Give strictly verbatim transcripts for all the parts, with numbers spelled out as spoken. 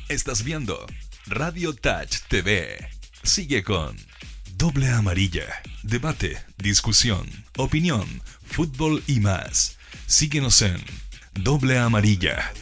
Estás viendo Radio Touch T V. Sigue con Doble Amarilla. Debate, discusión, opinión, fútbol y más. Síguenos en Doble Amarilla.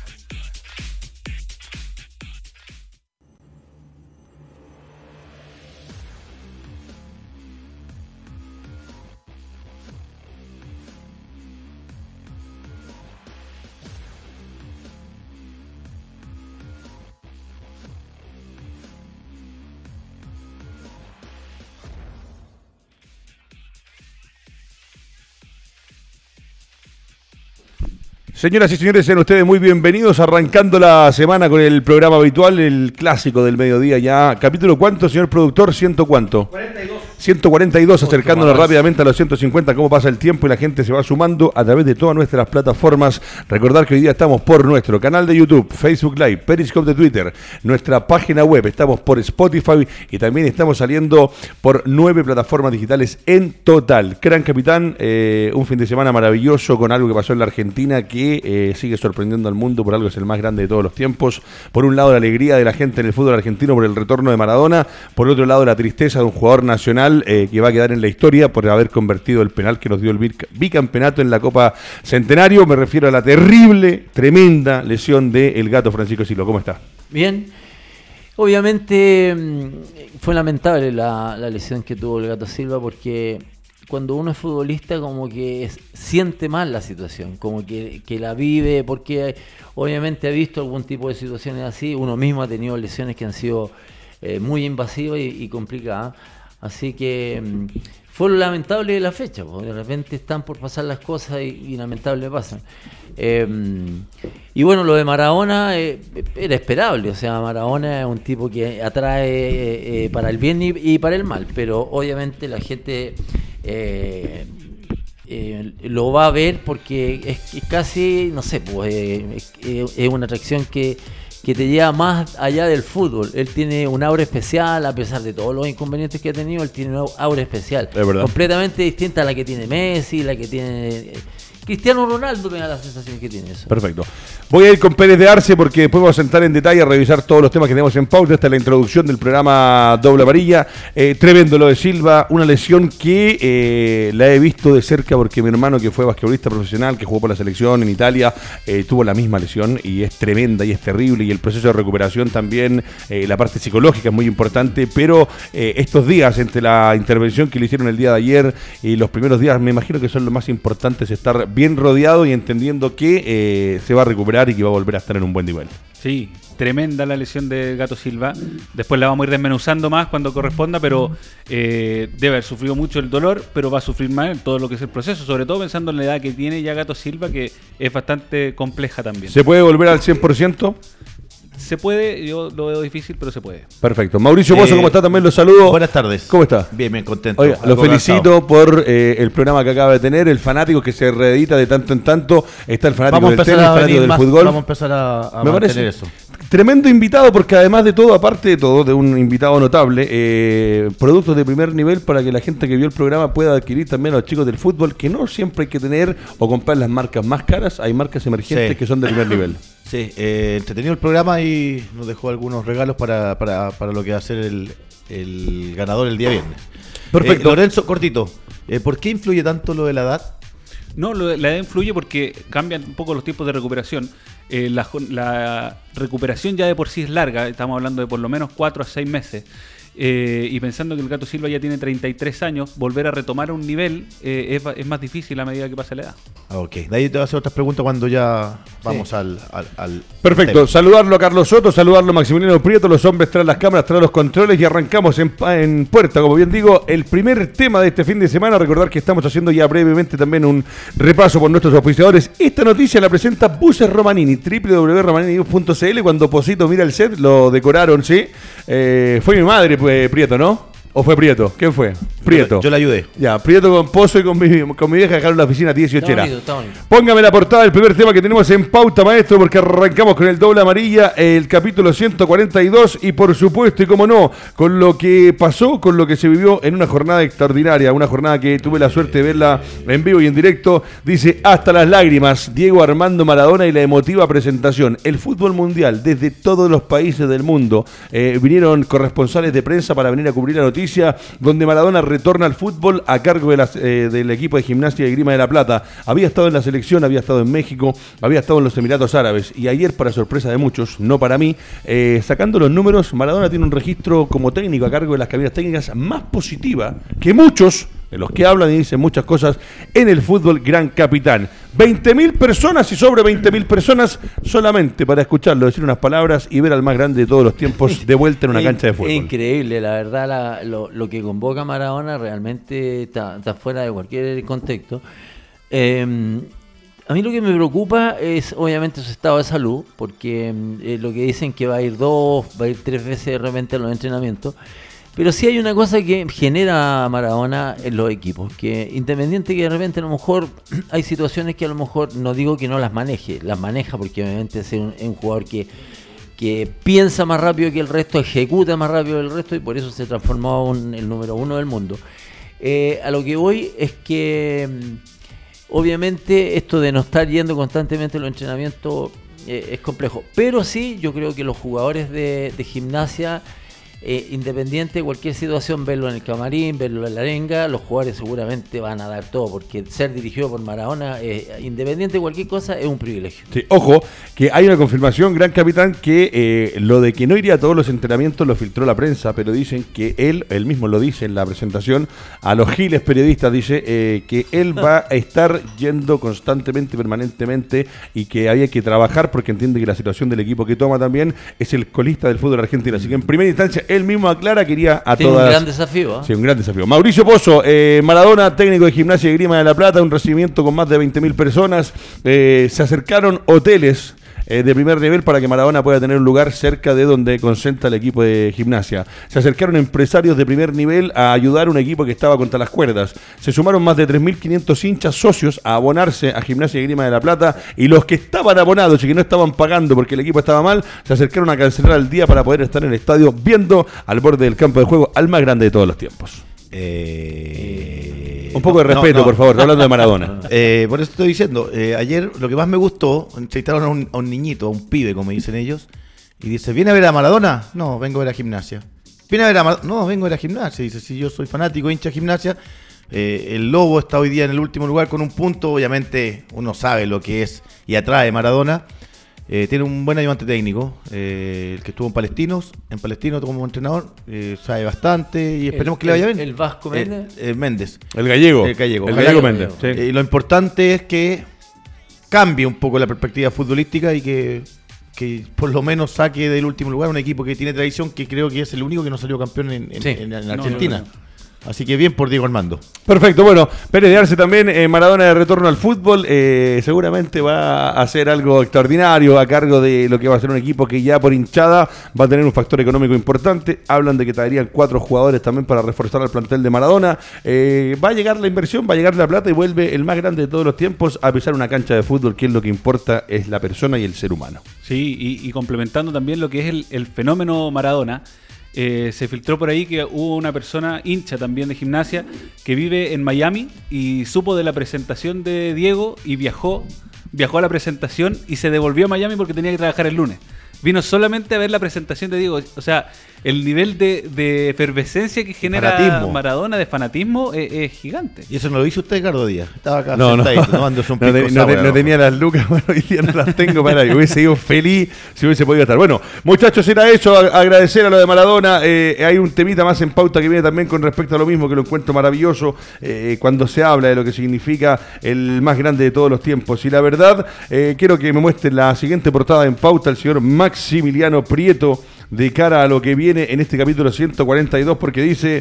Señoras y señores, sean ustedes muy bienvenidos, arrancando la semana con el programa habitual, el clásico del mediodía ya. ¿Capítulo cuánto, señor productor? ¿Ciento cuánto? cuarenta y dos. ciento cuarenta y dos, acercándonos rápidamente a los ciento cincuenta, cómo pasa el tiempo y la gente se va sumando a través de todas nuestras plataformas. Recordar que hoy día estamos por nuestro canal de YouTube, Facebook Live, Periscope de Twitter, nuestra página web, estamos por Spotify y también estamos saliendo por nueve plataformas digitales en total. Gran capitán, eh, un fin de semana maravilloso con algo que pasó en la Argentina que eh, sigue sorprendiendo al mundo, por algo es el más grande de todos los tiempos. Por un lado la alegría de la gente en el fútbol argentino por el retorno de Maradona, por otro lado la tristeza de un jugador nacional Eh, que va a quedar en la historia por haber convertido el penal que nos dio el bic- bicampeonato en la Copa Centenario. Me refiero a la terrible, tremenda lesión del Gato Francisco Silva. ¿Cómo está? Bien, obviamente fue lamentable la, la lesión que tuvo el Gato Silva, porque cuando uno es futbolista como que es, siente mal la situación, como que, que la vive, porque obviamente ha visto algún tipo de situaciones así. Uno mismo ha tenido lesiones que han sido eh, muy invasivas y, y complicadas. Así que mmm, fue lo lamentable de la fecha, porque de repente están por pasar las cosas y, y lamentable pasan. Eh, y bueno, lo de Maradona eh, era esperable, o sea, Maradona es un tipo que atrae eh, eh, para el bien y, y para el mal, pero obviamente la gente eh, eh, lo va a ver porque es, es casi, no sé, pues eh, es, es una atracción que... que te lleva más allá del fútbol. Él tiene un aura especial, a pesar de todos los inconvenientes que ha tenido, él tiene una aura especial, es verdad, completamente distinta a la que tiene Messi, la que tiene Cristiano Ronaldo. Me da la sensación que tiene eso. Perfecto. Voy a ir con Pérez de Arce porque después vamos a sentar en detalle a revisar todos los temas que tenemos en pauta. Esta es la introducción del programa Doble Amarilla. Eh, tremendo lo de Silva, una lesión que eh, la he visto de cerca porque mi hermano, que fue basquetbolista profesional, que jugó por la selección en Italia, eh, tuvo la misma lesión y es tremenda y es terrible, y el proceso de recuperación también, eh, la parte psicológica es muy importante, pero eh, estos días, entre la intervención que le hicieron el día de ayer y los primeros días, me imagino que son los más importantes, estar bien rodeado y entendiendo que eh, se va a recuperar y que va a volver a estar en un buen nivel. Sí, tremenda la lesión de Gato Silva. Después la vamos a ir desmenuzando más cuando corresponda, pero eh, debe haber sufrido mucho el dolor, pero va a sufrir más en todo lo que es el proceso, sobre todo pensando en la edad que tiene ya Gato Silva, que es bastante compleja también. ¿Se puede volver al cien por ciento? Se puede, yo lo veo difícil, pero se puede. Perfecto. Mauricio Pozo, Eh, ¿cómo está? También los saludo. Buenas tardes. ¿Cómo está? Bien, bien, contento. Oiga, lo felicito por eh, el programa que acaba de tener, el fanático que se reedita de tanto en tanto. Está el fanático Vamos del tenis, el fanático del más, fútbol. Vamos a empezar a, a Me mantener parece eso. Tremendo invitado, porque además de todo, aparte de todo, de un invitado notable, eh, productos de primer nivel para que la gente que vio el programa pueda adquirir también a los chicos del fútbol, que no siempre hay que tener o comprar las marcas más caras, hay marcas emergentes Sí. que son de primer nivel. Sí, eh, entretenido el programa y nos dejó algunos regalos para, para, para lo que va a ser el, el ganador el día viernes. Perfecto. Eh, Lorenzo, cortito, eh, ¿por qué influye tanto lo de la edad? No, lo, la edad influye porque cambian un poco los tiempos de recuperación. Eh, la, la recuperación ya de por sí es larga, estamos hablando de por lo menos cuatro a seis meses. Eh, y pensando que el Gato Silva ya tiene treinta y tres años, volver a retomar un nivel eh, es, es más difícil a medida que pasa la edad. Ah, ok, de ahí te voy a hacer otras preguntas cuando ya vamos Sí. al, al, al Perfecto, tema. saludarlo a Carlos Soto, saludarlo a Maximiliano Prieto, los hombres tras las cámaras, tras los controles, y arrancamos en, en puerta, como bien digo, el primer tema de este fin de semana. Recordar que estamos haciendo ya brevemente también un repaso por nuestros auspiciadores. Esta noticia la presenta Buses Romanini, doble u doble u doble u punto romanini punto c l. Cuando Posito mira el set, lo decoraron, ¿sí? Eh, fue mi madre, pues, Prieto, ¿no? ¿O fue Prieto? ¿Quién fue? Prieto. Yo, yo le ayudé. Ya, Prieto con Pozo y con mi, con mi vieja dejaron la oficina a dieciocho. Está bonito, está bonito. Póngame la portada del primer tema que tenemos en pauta, maestro, porque arrancamos con el doble amarilla, el capítulo ciento cuarenta y dos, y por supuesto, y como no, con lo que pasó, con lo que se vivió en una jornada extraordinaria, una jornada que tuve la suerte de verla en vivo y en directo. Dice, hasta las lágrimas, Diego Armando Maradona y la emotiva presentación. El fútbol mundial, desde todos los países del mundo, eh, vinieron corresponsales de prensa para venir a cubrir la noticia, donde Maradona retorna al fútbol a cargo de las, eh, del equipo de Gimnasia y Esgrima de La Plata. Había estado en la selección, había estado en México, había estado en los Emiratos Árabes, y ayer, para sorpresa de muchos, no para mí, eh, sacando los números, Maradona tiene un registro como técnico a cargo de las cabinas técnicas más positiva que muchos de los que hablan y dicen muchas cosas en el fútbol gran capitán. veinte mil personas y sobre veinte mil personas solamente para escucharlo, decir unas palabras y ver al más grande de todos los tiempos de vuelta en una cancha de fútbol. Es increíble, la verdad, la, lo, lo que convoca Maradona realmente está, está fuera de cualquier contexto. Eh, a mí lo que me preocupa es obviamente su estado de salud, porque eh, lo que dicen que va a ir dos, va a ir tres veces de repente a los entrenamientos. Pero sí hay una cosa que genera Maradona en los equipos, que independiente que de repente a lo mejor hay situaciones que a lo mejor, no digo que no las maneje, las maneja porque obviamente es un, es un jugador que, que piensa más rápido que el resto, ejecuta más rápido que el resto y por eso se transformó en el número uno del mundo. Eh, a lo que voy es que obviamente esto de no estar yendo constantemente a los entrenamientos eh, es complejo, pero sí yo creo que los jugadores de, de Gimnasia, Eh, independiente de cualquier situación, verlo en el camarín, verlo en la arenga, los jugadores seguramente van a dar todo, porque ser dirigido por Maradona, eh, independiente de cualquier cosa, es un privilegio. Sí, ojo, que hay una confirmación, gran capitán, que eh, lo de que no iría a todos los entrenamientos lo filtró la prensa, pero dicen que él, él mismo lo dice en la presentación, a los giles periodistas, dice eh, que él va a estar yendo constantemente, permanentemente, y que había que trabajar porque entiende que la situación del equipo que toma también es el colista del fútbol argentino. Así que en primera instancia, él mismo aclara que iría a Tiene todas. un gran desafío. ¿eh? Sí, un gran desafío. Mauricio Pozo, eh, Maradona, técnico de Gimnasia y Esgrima de La Plata, un recibimiento con más de veinte mil personas. Eh, se acercaron hoteles eh, de primer nivel para que Maradona pueda tener un lugar cerca de donde concentra el equipo de Gimnasia. Se acercaron empresarios de primer nivel a ayudar a un equipo que estaba contra las cuerdas. Se sumaron más de tres mil quinientos hinchas socios a abonarse a Gimnasia y Esgrima de La Plata, y los que estaban abonados y que no estaban pagando porque el equipo estaba mal, se acercaron a cancelar el día para poder estar en el estadio viendo al borde del campo de juego al más grande de todos los tiempos. Eh, un poco de respeto, no, no. por favor, hablando de Maradona. Eh, por eso estoy diciendo, eh, ayer lo que más me gustó, entrevistaron a un, a un niñito, a un pibe, como dicen ellos, y dice, ¿viene a ver a Maradona? No, vengo a ver a Gimnasia. ¿Viene a ver a Maradona? No, vengo a ver a Gimnasia. Dice, si yo soy fanático, hincha de Gimnasia. Eh, el Lobo está hoy día en el último lugar con un punto, obviamente uno sabe lo que es y atrae Maradona. Eh, tiene un buen ayudante técnico, eh, el que estuvo en Palestinos, en Palestino como entrenador, eh, sabe bastante y esperemos el, que le vaya el, bien. El Vasco Méndez. Eh, eh, Méndez. El gallego. El gallego. El gallego Méndez. Sí. Eh, y lo importante es que cambie un poco la perspectiva futbolística y que, que por lo menos saque del último lugar un equipo que tiene tradición, que creo que es el único que no salió campeón en, en, sí. en, en Argentina. No, no, no. Así que bien por Diego Armando. Perfecto, bueno, Pérez de Arce también, eh, Maradona de retorno al fútbol, eh, seguramente va a hacer algo extraordinario a cargo de lo que va a ser un equipo que ya por hinchada va a tener un factor económico importante. Hablan de que traerían cuatro jugadores también para reforzar al plantel de Maradona. Eh, va a llegar la inversión, va a llegar la plata y vuelve el más grande de todos los tiempos a pisar una cancha de fútbol, que es lo que importa, es la persona y el ser humano. Sí, y, y complementando también lo que es el, el fenómeno Maradona. Eh, se filtró por ahí que hubo una persona hincha también de Gimnasia que vive en Miami y supo de la presentación de Diego y viajó, viajó a la presentación y se devolvió a Miami porque tenía que trabajar el lunes. Vino solamente a ver la presentación de Diego. O sea, el nivel de, de efervescencia que genera fanatismo. Maradona, de fanatismo, es, es gigante. Y eso no lo hizo usted, Ricardo Díaz. Estaba acá no, sentadito, no. tomándose un no, pisco te, no, te, no tenía las lucas, bueno, hoy día no las tengo para que hubiese ido feliz si hubiese podido estar. Bueno, muchachos, era eso, a, agradecer a lo de Maradona. Eh, hay un temita más en pauta que viene también con respecto a lo mismo, que lo encuentro maravilloso eh, cuando se habla de lo que significa el más grande de todos los tiempos. Y la verdad, eh, quiero que me muestre la siguiente portada en pauta, el señor Maximiliano Prieto, de cara a lo que viene en este capítulo ciento cuarenta y dos, porque dice,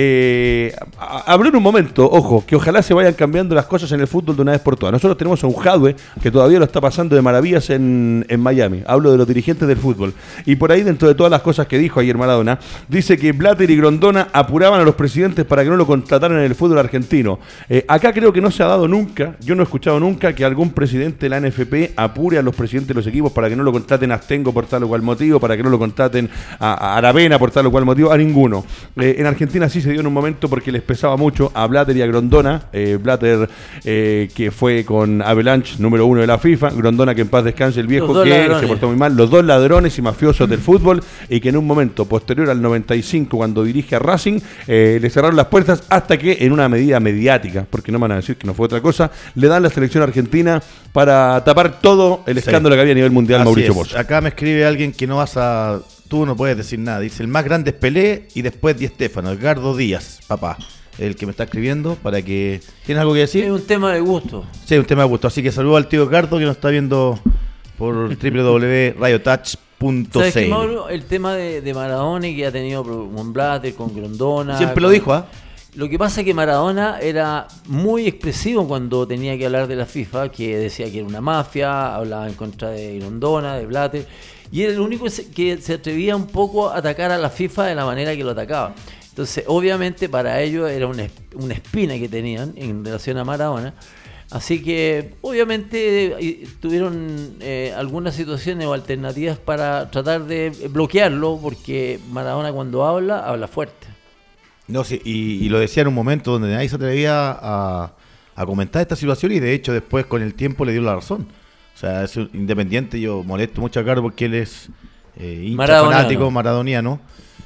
eh, habló en un momento, ojo, que ojalá se vayan cambiando las cosas en el fútbol de una vez por todas. Nosotros tenemos a un Jadwe que todavía lo está pasando de maravillas en, en Miami. Hablo de los dirigentes del fútbol. Y por ahí, dentro de todas las cosas que dijo ayer Maradona, dice que Blatter y Grondona apuraban a los presidentes para que no lo contrataran en el fútbol argentino. Eh, acá creo que no se ha dado nunca, yo no he escuchado nunca que algún presidente de la N F P apure a los presidentes de los equipos para que no lo contraten a Astengo por tal o cual motivo, para que no lo contraten a, a Aravena por tal o cual motivo, a ninguno. Eh, en Argentina sí se dio en un momento porque les pesaba mucho a Blatter y a Grondona. Eh, Blatter eh, que fue con Avalanche número uno de la FIFA, Grondona que en paz descanse el viejo que ladrones. Se portó muy mal, los dos ladrones y mafiosos del fútbol, y que en un momento posterior al noventa y cinco, cuando dirige a Racing, eh, le cerraron las puertas hasta que en una medida mediática, porque no me van a decir que no fue otra cosa, le dan la selección argentina para tapar todo el escándalo sí. que había a nivel mundial. Así Mauricio Pozo. Acá me escribe alguien que no vas a... Tú no puedes decir nada. Dice, el más grande es Pelé y después Di Stéfano, Edgardo Díaz, papá. El que me está escribiendo para que... ¿Tienes algo que decir? Es un tema de gusto. Sí, un tema de gusto. Así que saludo al tío Edgardo que nos está viendo por doble u doble u doble u punto radio touch punto c l. El tema de, de Maradona, que ha tenido con Blatter, con Grondona... Siempre con... lo dijo, ¿ah? ¿eh? Lo que pasa es que Maradona era muy expresivo cuando tenía que hablar de la FIFA, que decía que era una mafia, hablaba en contra de Grondona, de Blatter, y era el único que se atrevía un poco a atacar a la FIFA de la manera que lo atacaba. Entonces, obviamente, para ellos era una, una espina que tenían en relación a Maradona. Así que, obviamente, tuvieron eh, algunas situaciones o alternativas para tratar de bloquearlo, porque Maradona cuando habla, habla fuerte. No, sí, y, y lo decía en un momento donde nadie se atrevía a, a comentar esta situación, y de hecho después con el tiempo le dio la razón. O sea, es un independiente, yo molesto mucho a Carlos porque él es eh, hincha maradoniano. fanático, maradoniano,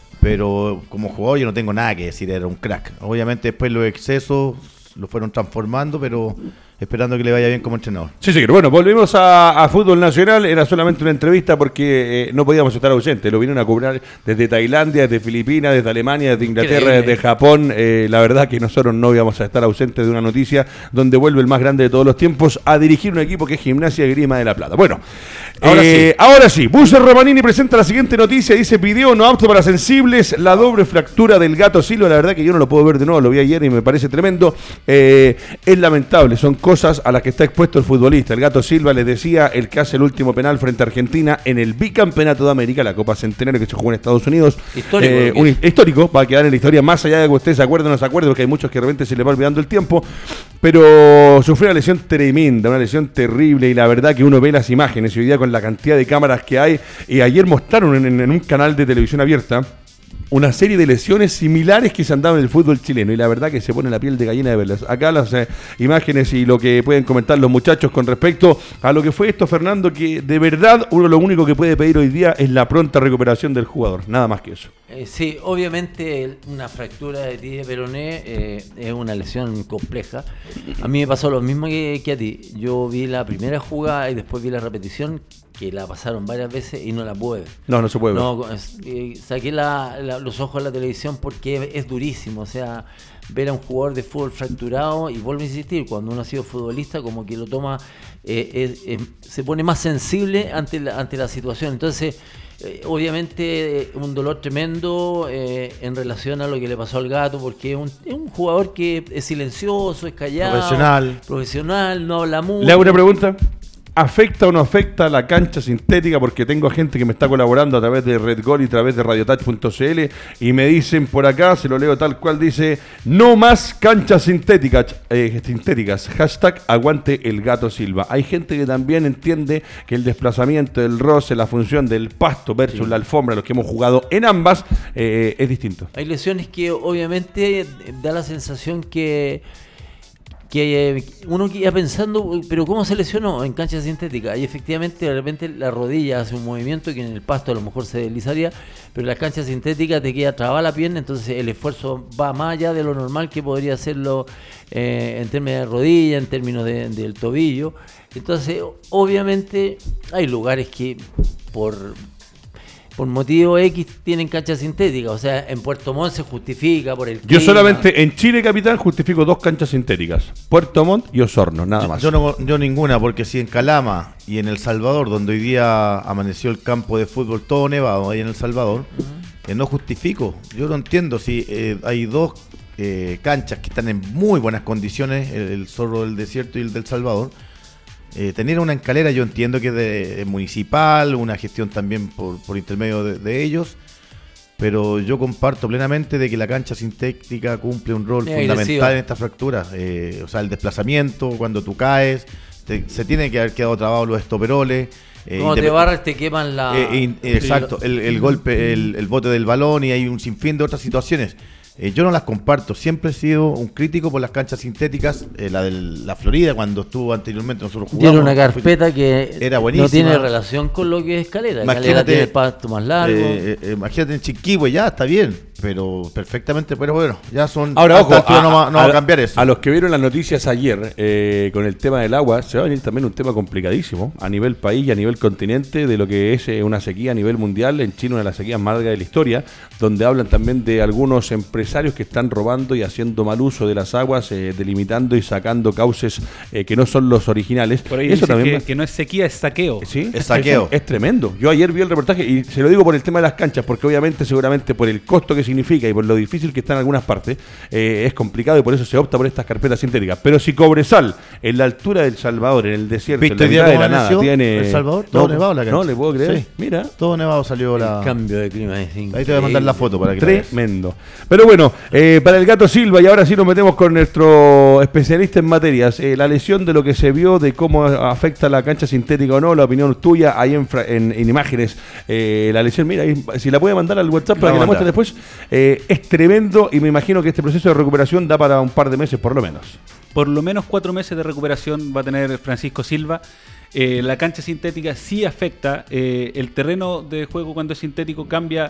pero como jugador yo no tengo nada que decir, era un crack. Obviamente después los excesos lo fueron transformando, pero esperando que le vaya bien como entrenador. Sí, sí, bueno, volvemos a, a fútbol nacional. Era solamente una entrevista porque eh, no podíamos estar ausentes. Lo vinieron a cobrar desde Tailandia, desde Filipinas, desde Alemania, desde Inglaterra, Increíble. desde Japón. Eh, la verdad que nosotros no íbamos a estar ausentes de una noticia donde vuelve el más grande de todos los tiempos a dirigir un equipo que es Gimnasia y Grima de la Plata. Bueno, ahora eh, sí. Ahora sí, Busser Romanini presenta la siguiente noticia. Dice, video no apto para sensibles, la doble fractura del Gato Silva. La verdad que yo no lo puedo ver de nuevo, lo vi ayer y me parece tremendo. Eh, es lamentable, son cosas a las que está expuesto el futbolista. El Gato Silva, les decía, el que hace el último penal frente a Argentina en el bicampeonato de América, la Copa Centenario que se jugó en Estados Unidos. Histórico. Eh, un, histórico, va a quedar en la historia más allá de que ustedes se acuerden o no se acuerden, porque hay muchos que de repente se les va olvidando el tiempo, pero sufrió una lesión tremenda, una lesión terrible, y la verdad que uno ve las imágenes y hoy día con la cantidad de cámaras que hay, y ayer mostraron en, en un canal de televisión abierta una serie de lesiones similares que se han dado en el fútbol chileno, y la verdad que se pone la piel de gallina de verlas. Acá las eh, imágenes y lo que pueden comentar los muchachos con respecto a lo que fue esto, Fernando, que de verdad uno lo único que puede pedir hoy día es la pronta recuperación del jugador, nada más que eso. Eh, sí, obviamente una fractura de tibia peroné eh, es una lesión compleja. A mí me pasó lo mismo que, que a ti. Yo vi la primera jugada y después vi la repetición, que la pasaron varias veces y no la pude ver. No, no se puede ver. No, eh, saqué la, la, los ojos de la televisión porque es, es durísimo. O sea, ver a un jugador de fútbol fracturado, y vuelvo a insistir, cuando uno ha sido futbolista, como que lo toma, eh, eh, eh, se pone más sensible ante la, ante la situación. Entonces, eh, obviamente, eh, un dolor tremendo eh, en relación a lo que le pasó al Gato, porque es un, es un jugador que es silencioso, es callado, profesional, profesional, no habla mucho. ¿Le hago una pregunta? ¿Afecta o no afecta la cancha sintética? Porque tengo gente que me está colaborando a través de Red Gol y a través de radio touch punto c l, y me dicen por acá, se lo leo tal cual, dice, no más canchas sintéticas, eh, sintéticas, hashtag aguante el Gato Silva. Hay gente que también entiende que el desplazamiento, el roce, la función del pasto versus sí. la alfombra, los que hemos jugado en ambas, eh, es distinto. Hay lesiones que obviamente da la sensación que que uno iba pensando, pero ¿cómo se lesionó en cancha sintética? Y efectivamente, de repente la rodilla hace un movimiento que en el pasto a lo mejor se deslizaría, pero en la cancha sintética te queda trabada la pierna, entonces el esfuerzo va más allá de lo normal que podría hacerlo eh, en términos de rodilla, en términos de, del tobillo. Entonces, obviamente, hay lugares que por... por motivo X tienen cancha sintética. O sea, en Puerto Montt se justifica por el Yo clima. solamente en Chile capital justifico dos canchas sintéticas, Puerto Montt y Osorno, nada más. Yo, no, yo ninguna, porque si en Calama y en El Salvador, donde hoy día amaneció el campo de fútbol todo nevado ahí en El Salvador, uh-huh. eh, no justifico. Yo no entiendo si eh, hay dos eh, canchas que están en muy buenas condiciones, el, el Zorro del Desierto y el del Salvador. Eh, tener una escalera yo entiendo que es de, de municipal, una gestión también por, por intermedio de, de ellos, pero yo comparto plenamente de que la cancha sintética cumple un rol es fundamental agresiva en esta fractura. Eh, o sea, el desplazamiento, cuando tú caes, te, se tiene que haber quedado trabado los estoperoles. Eh, Cuando te barras te queman la... Eh, in, eh, exacto, el, el golpe, el, el bote del balón, y hay un sinfín de otras situaciones. Eh, yo no las comparto, siempre he sido un crítico por las canchas sintéticas, eh, la de la Florida cuando estuvo anteriormente, nosotros jugamos. Tiene una carpeta que era no tiene relación con lo que es Calera. Calera tiene el pasto más largo. Eh, eh, imagínate en Chiquihue, ya está bien, pero perfectamente, pero bueno, ya son... Ahora, ojo, a, no, va, no a, va a cambiar eso. A los que vieron las noticias ayer eh, con el tema del agua, se va a venir también un tema complicadísimo a nivel país y a nivel continente de lo que es eh, una sequía a nivel mundial. En Chile, una de las sequías más largas de la historia, donde hablan también de algunos empresarios que están robando y haciendo mal uso de las aguas, eh, delimitando y sacando cauces eh, que no son los originales. Por ahí eso también que, va... que no es sequía, es saqueo. ¿Sí? Es saqueo. Es, es tremendo. Yo ayer vi el reportaje y se lo digo por el tema de las canchas, porque obviamente, seguramente por el costo que significa y por lo difícil que está en algunas partes, eh, es complicado y por eso se opta por estas carpetas sintéticas. Pero si Cobresal, en la altura del Salvador, en el desierto, en la mitad de la nada, tiene... El Salvador, todo no, nevado la cancha. No le puedo creer. Sí. Mira. Todo nevado salió la... El cambio de clima es increíble. Ahí te voy a mandar la foto para que la veas. Tremendo. Pero bueno, eh, para el Gato Silva, y ahora sí nos metemos con nuestro especialista en materias, eh, la lesión de lo que se vio, de cómo afecta la cancha sintética o no, la opinión tuya, ahí en, en, en imágenes, eh, la lesión, mira, ahí, si la puede mandar al WhatsApp para que la muestre después, eh, es tremendo y me imagino que este proceso de recuperación da para un par de meses por lo menos. Por lo menos cuatro meses de recuperación va a tener Francisco Silva. Eh, la cancha sintética sí afecta, eh, el terreno de juego cuando es sintético cambia,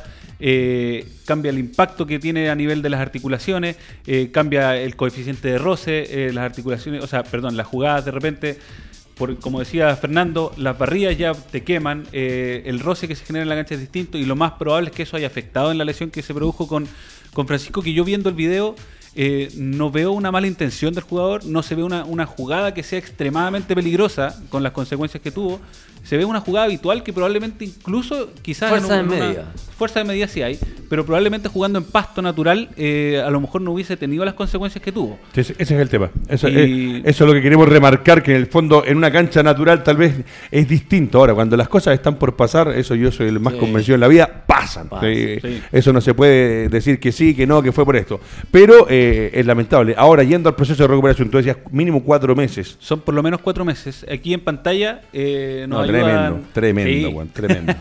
eh, cambia el impacto que tiene a nivel de las articulaciones, eh, cambia el coeficiente de roce, eh, las articulaciones, o sea, perdón, las jugadas de repente, por, como decía Fernando, las barridas ya te queman, eh, el roce que se genera en la cancha es distinto y lo más probable es que eso haya afectado en la lesión que se produjo con, con Francisco, que yo viendo el video... Eh, no veo una mala intención del jugador, no se ve una, una jugada que sea extremadamente peligrosa con las consecuencias que tuvo. Se ve una jugada habitual que probablemente incluso quizás... Fuerza en un, de en media. Una, fuerza de media sí hay, pero probablemente jugando en pasto natural eh, a lo mejor no hubiese tenido las consecuencias que tuvo. Ese, ese es el tema. Eso, y... es, eso es lo que queremos remarcar, que en el fondo en una cancha natural tal vez es distinto. Ahora, cuando las cosas están por pasar, eso yo soy el más sí. convencido en la vida, pasan. Pasa, sí. Sí. Eso no se puede decir que sí, que no, que fue por esto. Pero eh, es lamentable. Ahora, yendo al proceso de recuperación, tú decías mínimo cuatro meses. Son por lo menos cuatro meses. Aquí en pantalla eh, nos no, ayudan... tremendo, tremendo, sí. Juan, tremendo.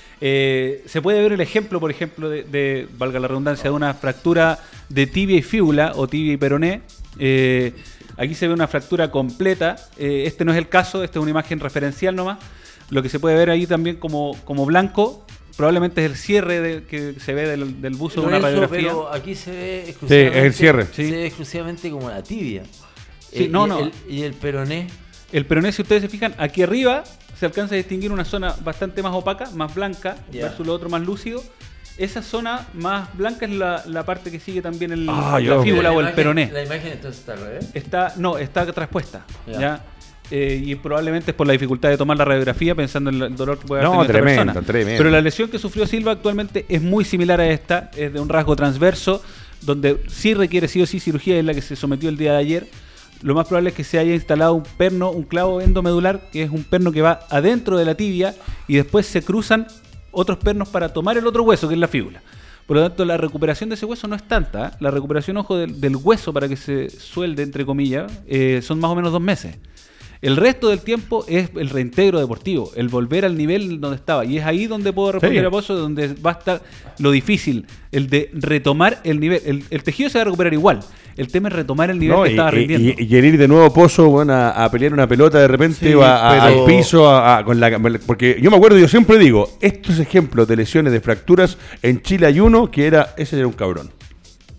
eh, se puede ver el ejemplo, por ejemplo, de, de, valga la redundancia, de una fractura de tibia y fíbula o tibia y peroné. Eh, aquí se ve una fractura completa. Eh, este no es el caso, esta es una imagen referencial nomás. Lo que se puede ver ahí también como, como blanco probablemente es el cierre de, que se ve del, del buzo de una eso, radiografía. Pero aquí se ve exclusivamente, sí, es el cierre. Se sí. ve exclusivamente como la tibia. Sí, eh, no, y, no. El, y el peroné. El peroné, si ustedes se fijan, aquí arriba se alcanza a distinguir una zona bastante más opaca, más blanca, yeah. versus lo otro más lúcido. Esa zona más blanca es la, la parte que sigue también el, ah, la yo, fíbula la o el imagen, peroné. La imagen entonces está al revés. Está, no, está traspuesta. Yeah. ¿ya? Eh, y probablemente es por la dificultad de tomar la radiografía pensando en el dolor que puede haber no, tenido tremendo, esta persona. Tremendo. Pero la lesión que sufrió Silva actualmente es muy similar a esta, es de un rasgo transverso, donde sí requiere sí o sí cirugía, es la que se sometió el día de ayer. Lo más probable es que se haya instalado un perno, un clavo endomedular, que es un perno que va adentro de la tibia y después se cruzan otros pernos para tomar el otro hueso, que es la fíbula. Por lo tanto, la recuperación de ese hueso no es tanta. ¿eh? La recuperación, ojo, del, del hueso para que se suelde, entre comillas, eh, son más o menos dos meses. El resto del tiempo es el reintegro deportivo, el volver al nivel donde estaba. Y es ahí donde puedo responder sí. a Pozo, donde va a estar lo difícil, el de retomar el nivel. El, el tejido se va a recuperar igual. El tema es retomar el nivel no, que y, estaba rindiendo. Y, y, y ir de nuevo Pozo, bueno, a, a pelear una pelota de repente, sí, a, a, pero... al piso, a, a, con la, porque yo me acuerdo, yo siempre digo, estos ejemplos de lesiones, de fracturas, en Chile hay uno que era, ese era un cabrón.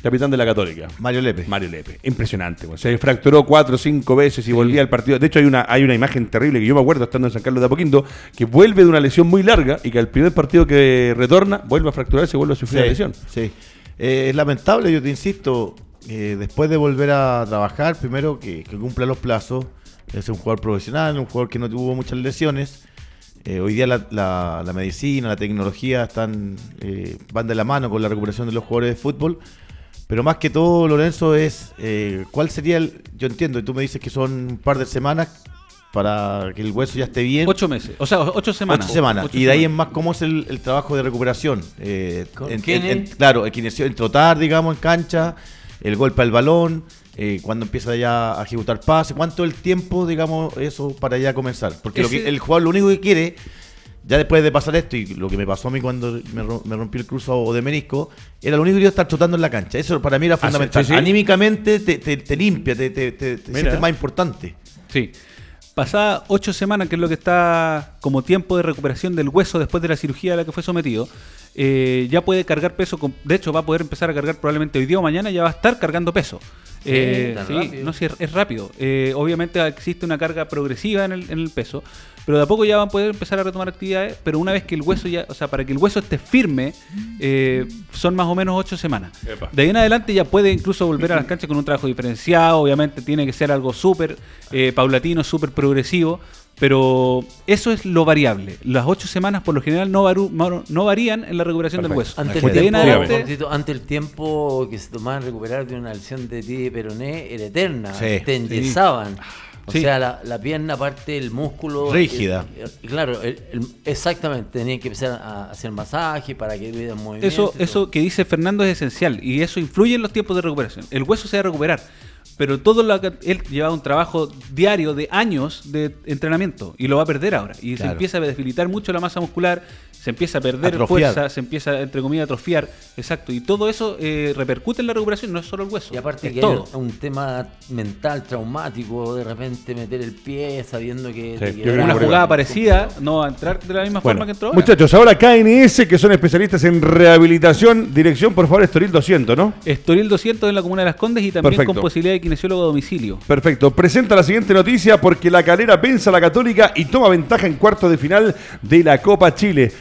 capitán de la Católica. Mario Lepe. Mario Lepe. Impresionante. Pues. Se fracturó cuatro o cinco veces y sí. volvía al partido. De hecho, hay una, hay una imagen terrible que yo me acuerdo estando en San Carlos de Apoquindo, que vuelve de una lesión muy larga y que al primer partido que retorna vuelve a fracturarse y vuelve a sufrir sí, la lesión. Sí. Eh, es lamentable, yo te insisto, eh, después de volver a trabajar, primero que, que cumpla los plazos. Es un jugador profesional, un jugador que no tuvo muchas lesiones. Eh, hoy día la, la, la medicina, la tecnología están eh, van de la mano con la recuperación de los jugadores de fútbol. Pero más que todo, Lorenzo, es eh, cuál sería el... Yo entiendo, y tú me dices que son un par de semanas para que el hueso ya esté bien. Ocho meses, o sea, ocho semanas. Ocho semanas. Ocho y de ahí semanas. en más, ¿cómo es el, el trabajo de recuperación? Eh, ¿Con en, quién en, en, es? claro, el kinesio, en trotar, digamos, en cancha, el golpe al balón, eh, cuando empieza ya a ejecutar pases. ¿Cuánto el tiempo, digamos, eso para ya comenzar? Porque lo Ese- que, el jugador lo único que quiere, ya después de pasar esto, y lo que me pasó a mí cuando me, ro- me rompí el cruzado de menisco, era lo único que quería estar trotando en la cancha. Eso para mí era Ah, sí, fundamental. sí, sí. Anímicamente te, te, te limpia, te, te, te, te Mira. sientes más importante. Sí. Pasadas ocho semanas, que es lo que está como tiempo de recuperación del hueso después de la cirugía a la que fue sometido, eh, ya puede cargar peso. Con, de hecho, va a poder empezar a cargar probablemente hoy día o mañana, ya va a estar cargando peso. Sí, Eh, tan sí, rápido. no, sí, es, es rápido. Eh, obviamente existe una carga progresiva en el, en el peso, pero de a poco ya van a poder empezar a retomar actividades. Pero una vez que el hueso ya, o sea, para que el hueso esté firme, eh, son más o menos ocho semanas. Epa. De ahí en adelante ya puede incluso volver a las canchas con un trabajo diferenciado. Obviamente tiene que ser algo súper eh, paulatino, súper progresivo. Pero eso es lo variable. Las ocho semanas por lo general no, varu- no- no varían en la recuperación del Perfecto. hueso. Ante el, Muy De ahí en tiempo, adelante, Juancito, ante el tiempo que se tomaba en recuperar de una lesión de tibia y peroné era eterna, Sí, te enyesaban. O Sí. sea, la, la pierna, aparte el músculo... Rígida. eh, eh, claro, el- el- exactamente, tenían que empezar a hacer masaje para que hubiera movimiento. eso, y todo. eso que dice Fernando es esencial y eso influye en los tiempos de recuperación. El hueso se va a recuperar, pero todo lo que él llevaba un trabajo diario de años de entrenamiento y lo va a perder ahora. Y se Claro. empieza a debilitar mucho la masa muscular, se empieza a perder Atrofiar. fuerza, se empieza, entre comillas, a atrofiar. Exacto. Y todo eso eh, repercute en la recuperación, no es solo el hueso. Y aparte es que todo. hay un tema mental traumático, de repente meter el pie sabiendo que... Sí, te yo queda- creo que Una por jugada ahí. parecida no va a entrar de la misma Bueno, forma que entró ahora. muchachos, ahora K N S, que son especialistas en rehabilitación, dirección, por favor, Estoril doscientos, ¿no? Estoril doscientos en la comuna de Las Condes y también Perfecto. con posibilidad de kinesiólogo a domicilio. Perfecto. Presenta la siguiente noticia porque la Calera vence a la Católica y toma ventaja en cuarto de final de la Copa Chile.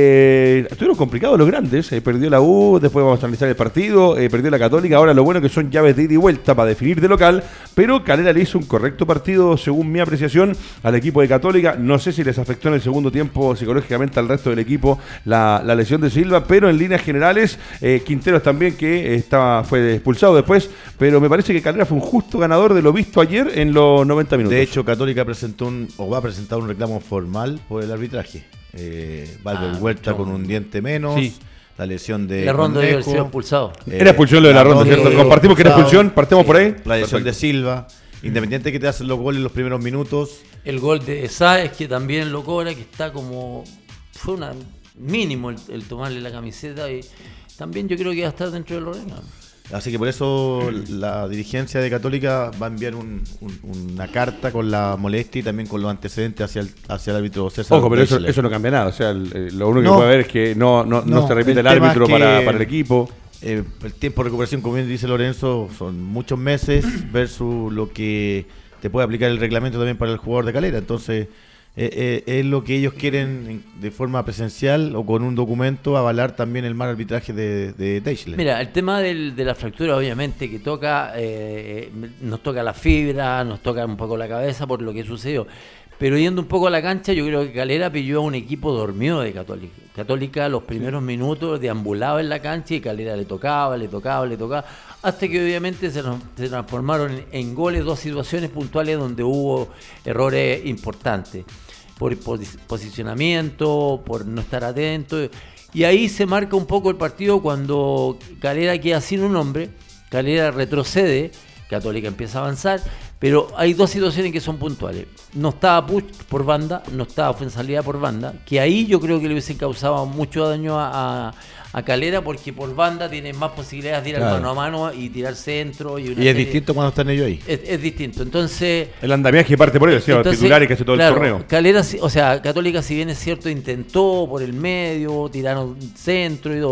Eh, estuvieron complicados los grandes. Eh, perdió la U, después vamos a analizar el partido. Eh, perdió la Católica. Ahora lo bueno que son llaves de ida y vuelta para definir de local. Pero Calera le hizo un correcto partido, según mi apreciación, al equipo de Católica. No sé si les afectó en el segundo tiempo psicológicamente al resto del equipo la, la lesión de Silva, pero en líneas generales, eh, Quinteros también, que estaba, fue expulsado después. Pero me parece que Calera fue un justo ganador de lo visto ayer en los noventa minutos. De hecho, Católica presentó un, o va a presentar un reclamo formal por el arbitraje. Eh, Valver Ah, Huerta no. con un diente menos, Sí. la lesión de La ronda debe haber Cornejo, sido expulsado. eh, Era expulsión lo de la ronda, ronda ¿cierto? de Compartimos que era expulsado, expulsión, partemos por ahí. la lesión de Perfecto. Silva, independiente que te hacen los goles en los primeros minutos. El gol de Sáez, que también lo cobra, que está como... Fue una mínimo el, el tomarle la camiseta y también yo creo que va a estar dentro de los reglas. Así que por eso la dirigencia de Católica va a enviar un- un- una carta con la molestia y también con los antecedentes hacia el, hacia el árbitro César. Ojo, pero eso, Deichler. eso no cambia nada. O sea, el- eh, lo único No. que puede haber es que no, no, no No, se repite el el, tema árbitro es que- para, para el equipo. Eh, el tiempo de recuperación, como bien dice Lorenzo, son muchos meses versus lo que te puede aplicar el reglamento también para el jugador de Calera. Entonces, eh, eh, es lo que ellos quieren en- de forma presencial o con un documento avalar también el mal arbitraje de, de Deichler. Mira, el tema del- de la fractura, obviamente, que toca, eh, nos toca la fibra, nos toca un poco la cabeza por lo que sucedió. Pero yendo un poco a la cancha, yo creo que Calera pilló a un equipo dormido de Católica. Católica los primeros minutos deambulaba en la cancha y Calera le tocaba, le tocaba, le tocaba, hasta que obviamente se, nos- se transformaron en, en goles dos situaciones puntuales donde hubo errores importantes. Por posi- posicionamiento, por no estar atento. Y ahí se marca un poco el partido cuando Calera queda sin un hombre, Calera retrocede, Católica empieza a avanzar, pero hay dos situaciones que son puntuales. No estaba Puch por banda, no estaba Fuenzalida por banda, que ahí yo creo que le hubiesen causado mucho daño a, a, a Calera, porque por banda tiene más posibilidades de ir al Claro. mano a mano y tirar centro. Y, una y es serie- distinto cuando están ellos ahí. Es, es distinto. Entonces... El andamiaje parte por ellos, ¿sí? Los Entonces, titulares que hace todo claro, el torneo. Calera, sí- o sea, Católica, si bien es cierto, intentó por el medio, tiraron centro y todo,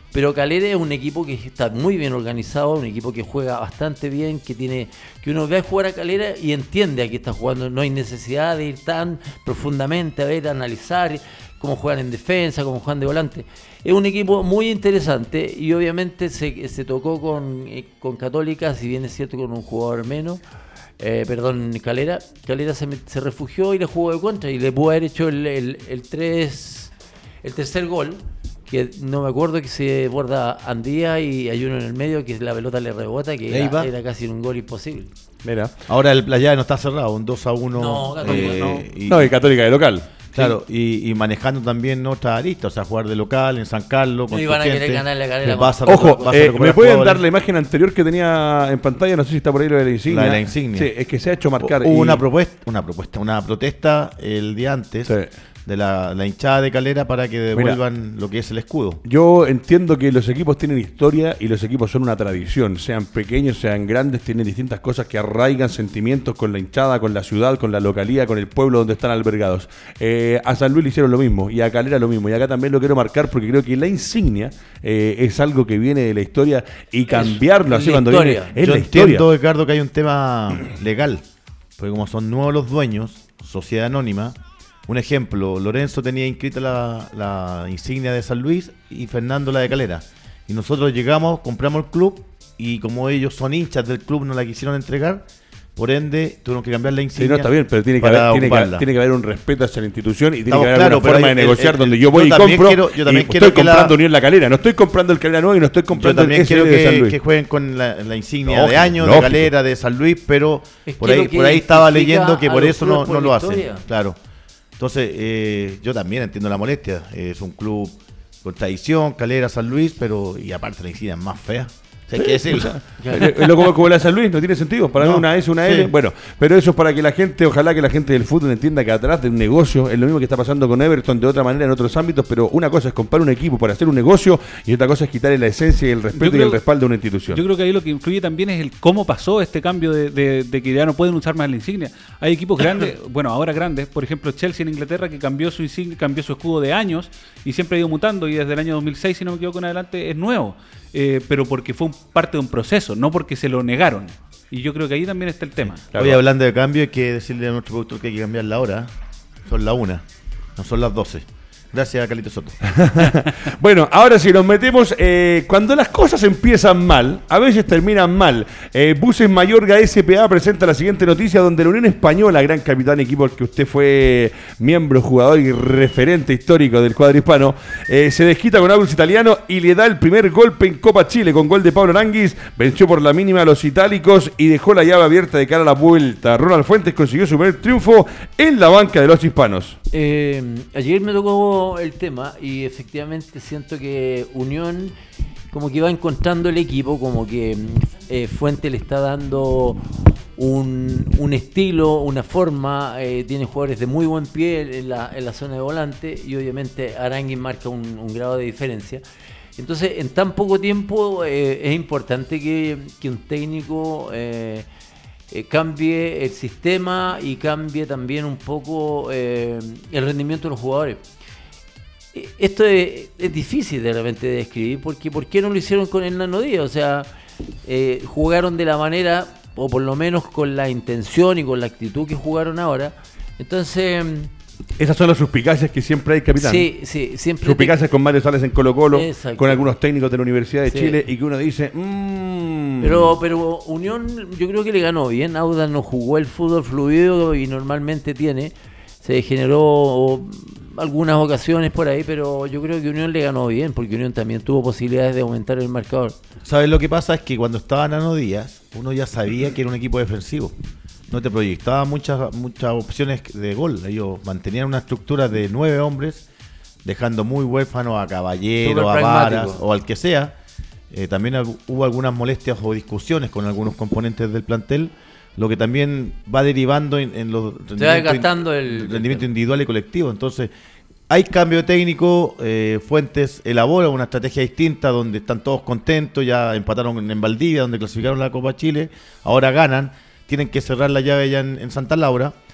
Pero Calera es un equipo que está muy bien organizado, un equipo que juega bastante bien, que tiene que uno ve jugar a Calera y entiende a qué está jugando. No hay necesidad de ir tan profundamente a ver, a analizar cómo juegan en defensa, cómo juegan de volante. Es un equipo muy interesante y obviamente se, se tocó con, con Católica, si bien es cierto con un jugador menos. Eh, perdón, Calera. Calera se, se refugió y le jugó de contra y le pudo haber hecho el, el, el, tres, el tercer gol, que no me acuerdo, que se borda Andía y hay uno en el medio que la pelota le rebota, que era, era casi un gol imposible. Mira. Ahora el, la llave no está cerrado, un dos a uno. No, Católica eh, no. Y, No, y Católica de local. Claro, y, y manejando también otra arista, o sea, jugar de local en San Carlos. No iban a querer ganarle a Calera. Vas a Ojo, vas a eh, recuperar ¿me pueden jugadores? dar la imagen anterior que tenía en pantalla? No sé si está por ahí lo de la insignia. La de la insignia. Sí, es que se ha hecho marcar. Hubo y- una propuesta, una propuesta, una protesta el día antes Sí. de la, la hinchada de Calera para que devuelvan lo que es el escudo. Yo entiendo que los equipos tienen historia y los equipos son una tradición, sean pequeños, sean grandes, tienen distintas cosas que arraigan sentimientos con la hinchada, con la ciudad, con la localidad, con el pueblo donde están albergados. Eh, a San Luis le hicieron lo mismo y a Calera lo mismo, y acá también lo quiero marcar porque creo que la insignia eh, es algo que viene de la historia y cambiarlo así la cuando historia. viene es Yo la entiendo, historia. Ricardo, que hay un tema legal, porque como son nuevos los dueños, sociedad anónima. Un ejemplo, Lorenzo tenía inscrita la, la insignia de San Luis y Fernando la de Calera. Y nosotros llegamos, compramos el club y como ellos son hinchas del club no la quisieron entregar, por ende tuvieron que cambiar la Sí, insignia. no, está bien, pero tiene que, para haber, tiene, que, ocuparla. tiene que haber un respeto hacia la institución y tiene Estamos que haber claro, una pero forma hay- de el- negociar el- donde yo yo voy y también compro. quiero- yo también y quiero estoy que la- comprando Unión La Calera, no estoy comprando el Calera nuevo y no estoy Yo comprando también el quiero S D de San que, Luis. que jueguen con la, la insignia Lógico, de años lógico. de Calera, de San Luis, pero Es por que ahí lo que por ahí estaba identifica leyendo que a por los eso no, clubes no por lo la hacen. historia. Claro. Entonces, eh, yo también entiendo la molestia. Es un club con tradición, Calera, San Luis, pero y aparte la insignia es más fea. O sea, hay que decirlo. Eh, eh, Lo como, como la de San Luis, no tiene sentido. Para No, mí una S, una sí. L. Bueno, pero eso es para que la gente, ojalá que la gente del fútbol entienda que atrás de un negocio es lo mismo que está pasando con Everton de otra manera en otros ámbitos, pero una cosa es comprar un equipo para hacer un negocio y otra cosa es quitarle la esencia y el respeto Yo creo- y el respaldo a una institución. Yo creo que ahí lo que influye también es el cómo pasó este cambio de, de- de que ya no pueden usar más la insignia. Hay equipos grandes, bueno, ahora grandes, por ejemplo Chelsea en Inglaterra, que cambió su insignia, cambió su escudo de años y siempre ha ido mutando y desde el año dos mil seis, si no me equivoco, en adelante es nuevo. Eh, pero porque fue un- parte de un proceso, no porque se lo negaron. Y yo creo que ahí también está el tema. Claro. Hoy hablando de cambio, hay que decirle a nuestro productor que hay que cambiar la hora. Son las una, no son las doce. Gracias, Carlito Soto. Bueno, ahora sí, nos metemos. Eh, cuando las cosas empiezan mal, a veces terminan mal. Eh, Buses Mayorga S P A presenta la siguiente noticia: donde la Unión Española, gran capitán, equipo al que usted fue miembro, jugador y referente histórico del cuadro hispano, eh, se desquita con Audax Italiano y le da el primer golpe en Copa Chile con gol de Pablo Aranguis. Venció por la mínima a los itálicos y dejó la llave abierta de cara a la vuelta. Ronald Fuentes consiguió su primer triunfo en la banca de los hispanos. Eh, ayer me tocó el tema y efectivamente siento que Unión como que va encontrando el equipo, como que eh, Fuente le está dando un, un estilo, una forma, eh, tiene jugadores de muy buen pie en la, en la zona de volante y obviamente Aranguis marca un, un grado de diferencia. Entonces en tan poco tiempo eh, es importante que, que un técnico... Eh, Eh, cambie el sistema y cambie también un poco eh, el rendimiento de los jugadores. Eh, Esto es, es difícil de repente de describir porque ¿por qué no lo hicieron con el Nano Díaz? O sea, eh, jugaron de la manera, o por lo menos con la intención y con la actitud que jugaron ahora. Entonces, Esas son las suspicacias que siempre hay, capitán. sí, sí, siempre... te- Suspicacias con Mario Sales en Colo Colo, Exacto. con algunos técnicos de la Universidad de Sí. Chile, y que uno dice, mmm, Pero, pero Unión yo creo que le ganó bien. Audax no jugó el fútbol fluido y normalmente tiene. Se generó algunas ocasiones por ahí, pero yo creo que Unión le ganó bien, porque Unión también tuvo posibilidades de aumentar el marcador. ¿Sabes lo que pasa? Es que cuando estaba Nano Díaz, uno ya sabía que era un equipo defensivo. No te proyectaba muchas muchas opciones de gol. Ellos mantenían una estructura de nueve hombres, dejando muy huérfanos a Caballero, Súper a Varas pragmático. o al que sea. Eh, también hab- hubo algunas molestias o discusiones con algunos componentes del plantel, lo que también va derivando en, en los Se va rendimientos in- desgastando el- rendimiento individual y colectivo. Entonces, hay cambio técnico, eh, Fuentes elabora una estrategia distinta donde están todos contentos, ya empataron en Valdivia, donde clasificaron la Copa Chile, ahora ganan, tienen que cerrar la llave ya en, en Santa Laura,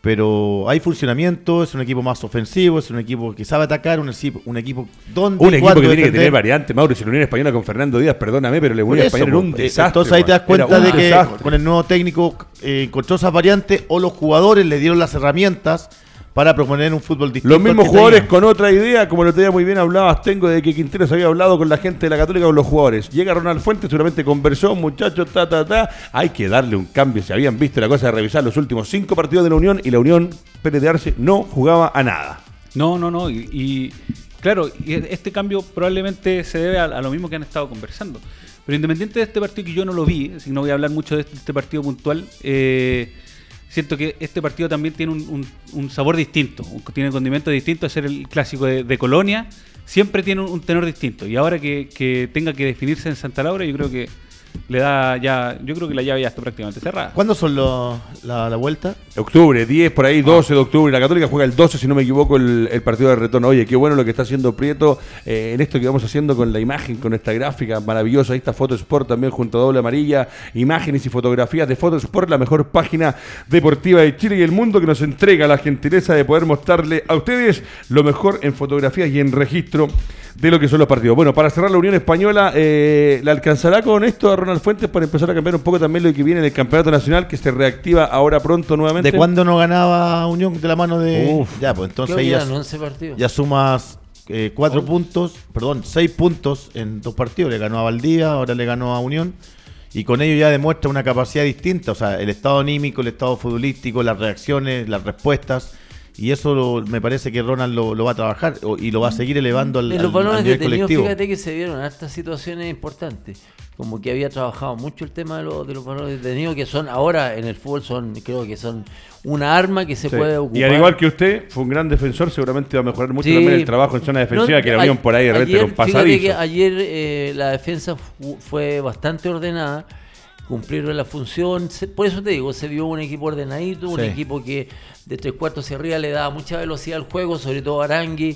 pero hay funcionamiento, es un equipo más ofensivo, es un equipo que sabe atacar, un equipo, un equipo donde un equipo que tiene defender. que tener variantes, Mauro. Si la Unión Española con Fernando Díaz, perdóname, pero la Unión Española era un pues, desastre. Entonces ahí te das cuenta de que desastre. con el nuevo técnico eh, encontró esas variantes o los jugadores le dieron las herramientas para proponer un fútbol distinto. Los mismos que jugadores tenían. con otra idea, como lo tenía muy bien hablabas, tengo de que Quintero se había hablado con la gente de la Católica, con los jugadores. Llega Ronald Fuentes, seguramente conversó, muchachos, ta, ta, ta. Hay que darle un cambio. Se habían visto la cosa de revisar los últimos cinco partidos de la Unión y la Unión Pérez de Arce no jugaba a nada. No, no, no. Y, y claro, y este cambio probablemente se debe a, a lo mismo que han estado conversando. Pero independiente de este partido, que yo no lo vi, así que no voy a hablar mucho de este, de este partido puntual, eh, siento que este partido también tiene un, un, un sabor distinto, un, tiene un condimento distinto a ser el clásico de, de Colonia. Siempre tiene un, un tenor distinto. Y ahora que, que tenga que definirse en Santa Laura, yo creo que le da ya, yo creo que la llave ya está prácticamente cerrada. ¿Cuándo son los, la, la vuelta? Octubre, diez por ahí, doce de octubre. La Católica juega el doce, si no me equivoco, el, el partido de retorno. Oye, qué bueno lo que está haciendo Prieto eh, en esto que vamos haciendo con la imagen, con esta gráfica maravillosa. Ahí está Fotosport también junto a Doble Amarilla. Imágenes y fotografías de Fotosport, la mejor página deportiva de Chile y el mundo, que nos entrega la gentileza de poder mostrarle a ustedes lo mejor en fotografías y en registro de lo que son los partidos. Bueno, para cerrar la Unión Española, eh, ¿la alcanzará con esto a Ronald Fuentes para empezar a cambiar un poco también lo que viene en el Campeonato Nacional, que se reactiva ahora pronto nuevamente? ¿De cuándo no ganaba Unión de la mano de...? Uf. Ya, pues entonces Creo ahí que ya, eran once partidos. ya sumas eh, cuatro Oh. puntos, perdón, seis puntos en dos partidos. Le ganó a Valdivia, ahora le ganó a Unión. Y con ello ya demuestra una capacidad distinta. O sea, el estado anímico, el estado futbolístico, las reacciones, las respuestas. Y eso lo- me parece que Ronald lo, lo va a trabajar o- y lo va a seguir elevando al, En al- los al balones nivel detenidos, colectivo. fíjate que se vieron hartas situaciones importantes. Como que había trabajado mucho el tema de, los de los balones detenidos, que son ahora en el fútbol, son creo que son una arma que se Sí. puede ocupar. Y al igual que usted, fue un gran defensor, seguramente va a mejorar mucho Sí. también el trabajo en zona defensiva, No, que la a- Unión por ahí de repente ayer, era un fíjate que pasadizo. ayer eh, la defensa fu- fue bastante ordenada, cumplieron la función, se- por eso te digo, se vio un equipo ordenadito, un Sí. equipo que de tres cuartos hacia arriba le daba mucha velocidad al juego, sobre todo a Arangui,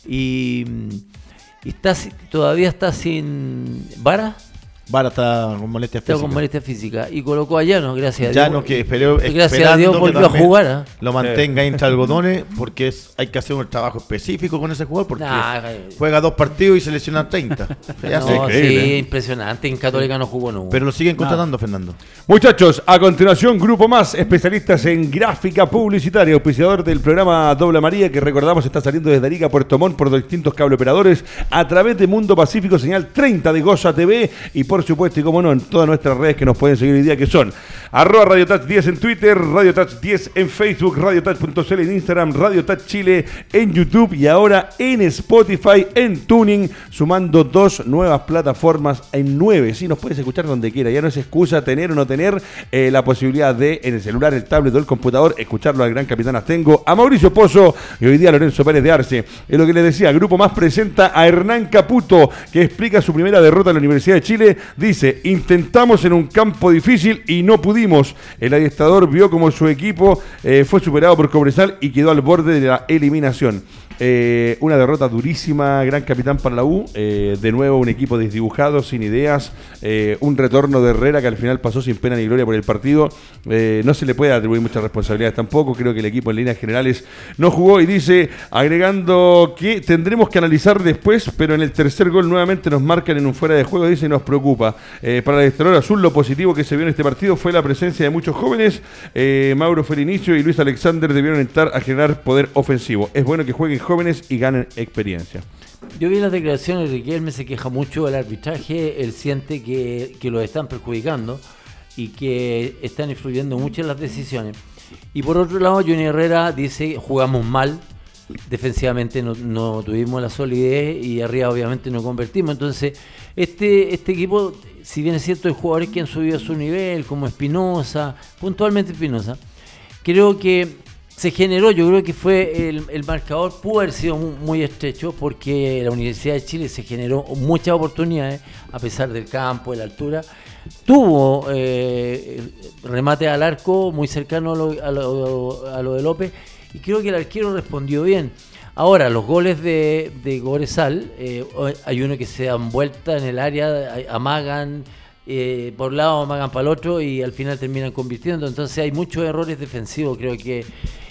y, y está si- todavía está sin vara. Vara está con molestias Está físicas. con molestia física y colocó a Llano, gracias a Ya Dios. no que esperó, Gracias a esperando Dios que volvió a también jugar. ¿ah? lo mantenga entre algodones porque es, hay que hacer un trabajo específico con ese jugador porque Nah, eh. juega dos partidos y se lesiona treinta. Ya sé. No, increíble, sí, ¿eh? impresionante. En Católica no jugó nunca. Pero lo siguen contratando, Fernando. Muchachos, a continuación, Grupo Más, especialistas en gráfica publicitaria, auspiciador del programa Doble Amarilla, que recordamos está saliendo desde Arica a Puerto Montt por distintos cable operadores a través de Mundo Pacífico, señal treinta de Goza T V y por supuesto, y como no, en todas nuestras redes que nos pueden seguir hoy día, que son arroba Radio Touch diez en Twitter, Radio Touch diez en Facebook, Radio Touch punto c l en Instagram, Radio Touch Chile en YouTube y ahora en Spotify, en Tuning, sumando dos nuevas plataformas en nueve. Sí, nos puedes escuchar donde quiera. Ya no es excusa tener o no tener eh, la posibilidad de, en el celular, el tablet o el computador, escucharlo al gran capitán Astengo, a Mauricio Pozo y hoy día a Lorenzo Pérez de Arce. Es lo que les decía, Grupo Más presenta a Hernán Caputo, que explica su primera derrota en la Universidad de Chile. Dice, intentamos en un campo difícil y no pudimos. El adiestrador vio como su equipo eh, fue superado por Cobresal y quedó al borde de la eliminación. Eh, una derrota durísima, gran capitán para la U. Eh, de nuevo un equipo desdibujado, sin ideas. Eh, un retorno de Herrera que al final pasó sin pena ni gloria por el partido. Eh, no se le puede atribuir muchas responsabilidades tampoco. Creo que el equipo en líneas generales no jugó. Y dice, agregando que tendremos que analizar después, pero en el tercer gol nuevamente nos marcan en un fuera de juego. Dice, nos preocupa. Eh, para el exterior azul, lo positivo que se vio en este partido fue la presencia de muchos jóvenes. Eh, Mauro fue el inicio y Luis Alexander debieron entrar a generar poder ofensivo. Es bueno que jueguen jóvenes y ganen experiencia. Yo vi las declaraciones de Riquelme, se queja mucho del arbitraje, él siente que, que los están perjudicando y que están influyendo mucho en las decisiones. Y por otro lado, Johnny Herrera dice, jugamos mal, defensivamente no, no tuvimos la solidez y arriba obviamente no convertimos. Entonces, este, este equipo, si bien es cierto, hay jugadores que han subido a su nivel, como Espinosa, puntualmente Espinosa, creo que se generó, yo creo que fue el, el marcador pudo haber sido muy, muy estrecho porque la Universidad de Chile se generó muchas oportunidades a pesar del campo, de la altura. Tuvo eh, remate al arco muy cercano a lo, a, lo, a lo de López y creo que el arquero respondió bien. Ahora, los goles de, de Cobresal, eh, hay uno que se dan vuelta en el área, amagan eh, por un lado, amagan para el otro y al final terminan convirtiendo. Entonces hay muchos errores defensivos. Creo que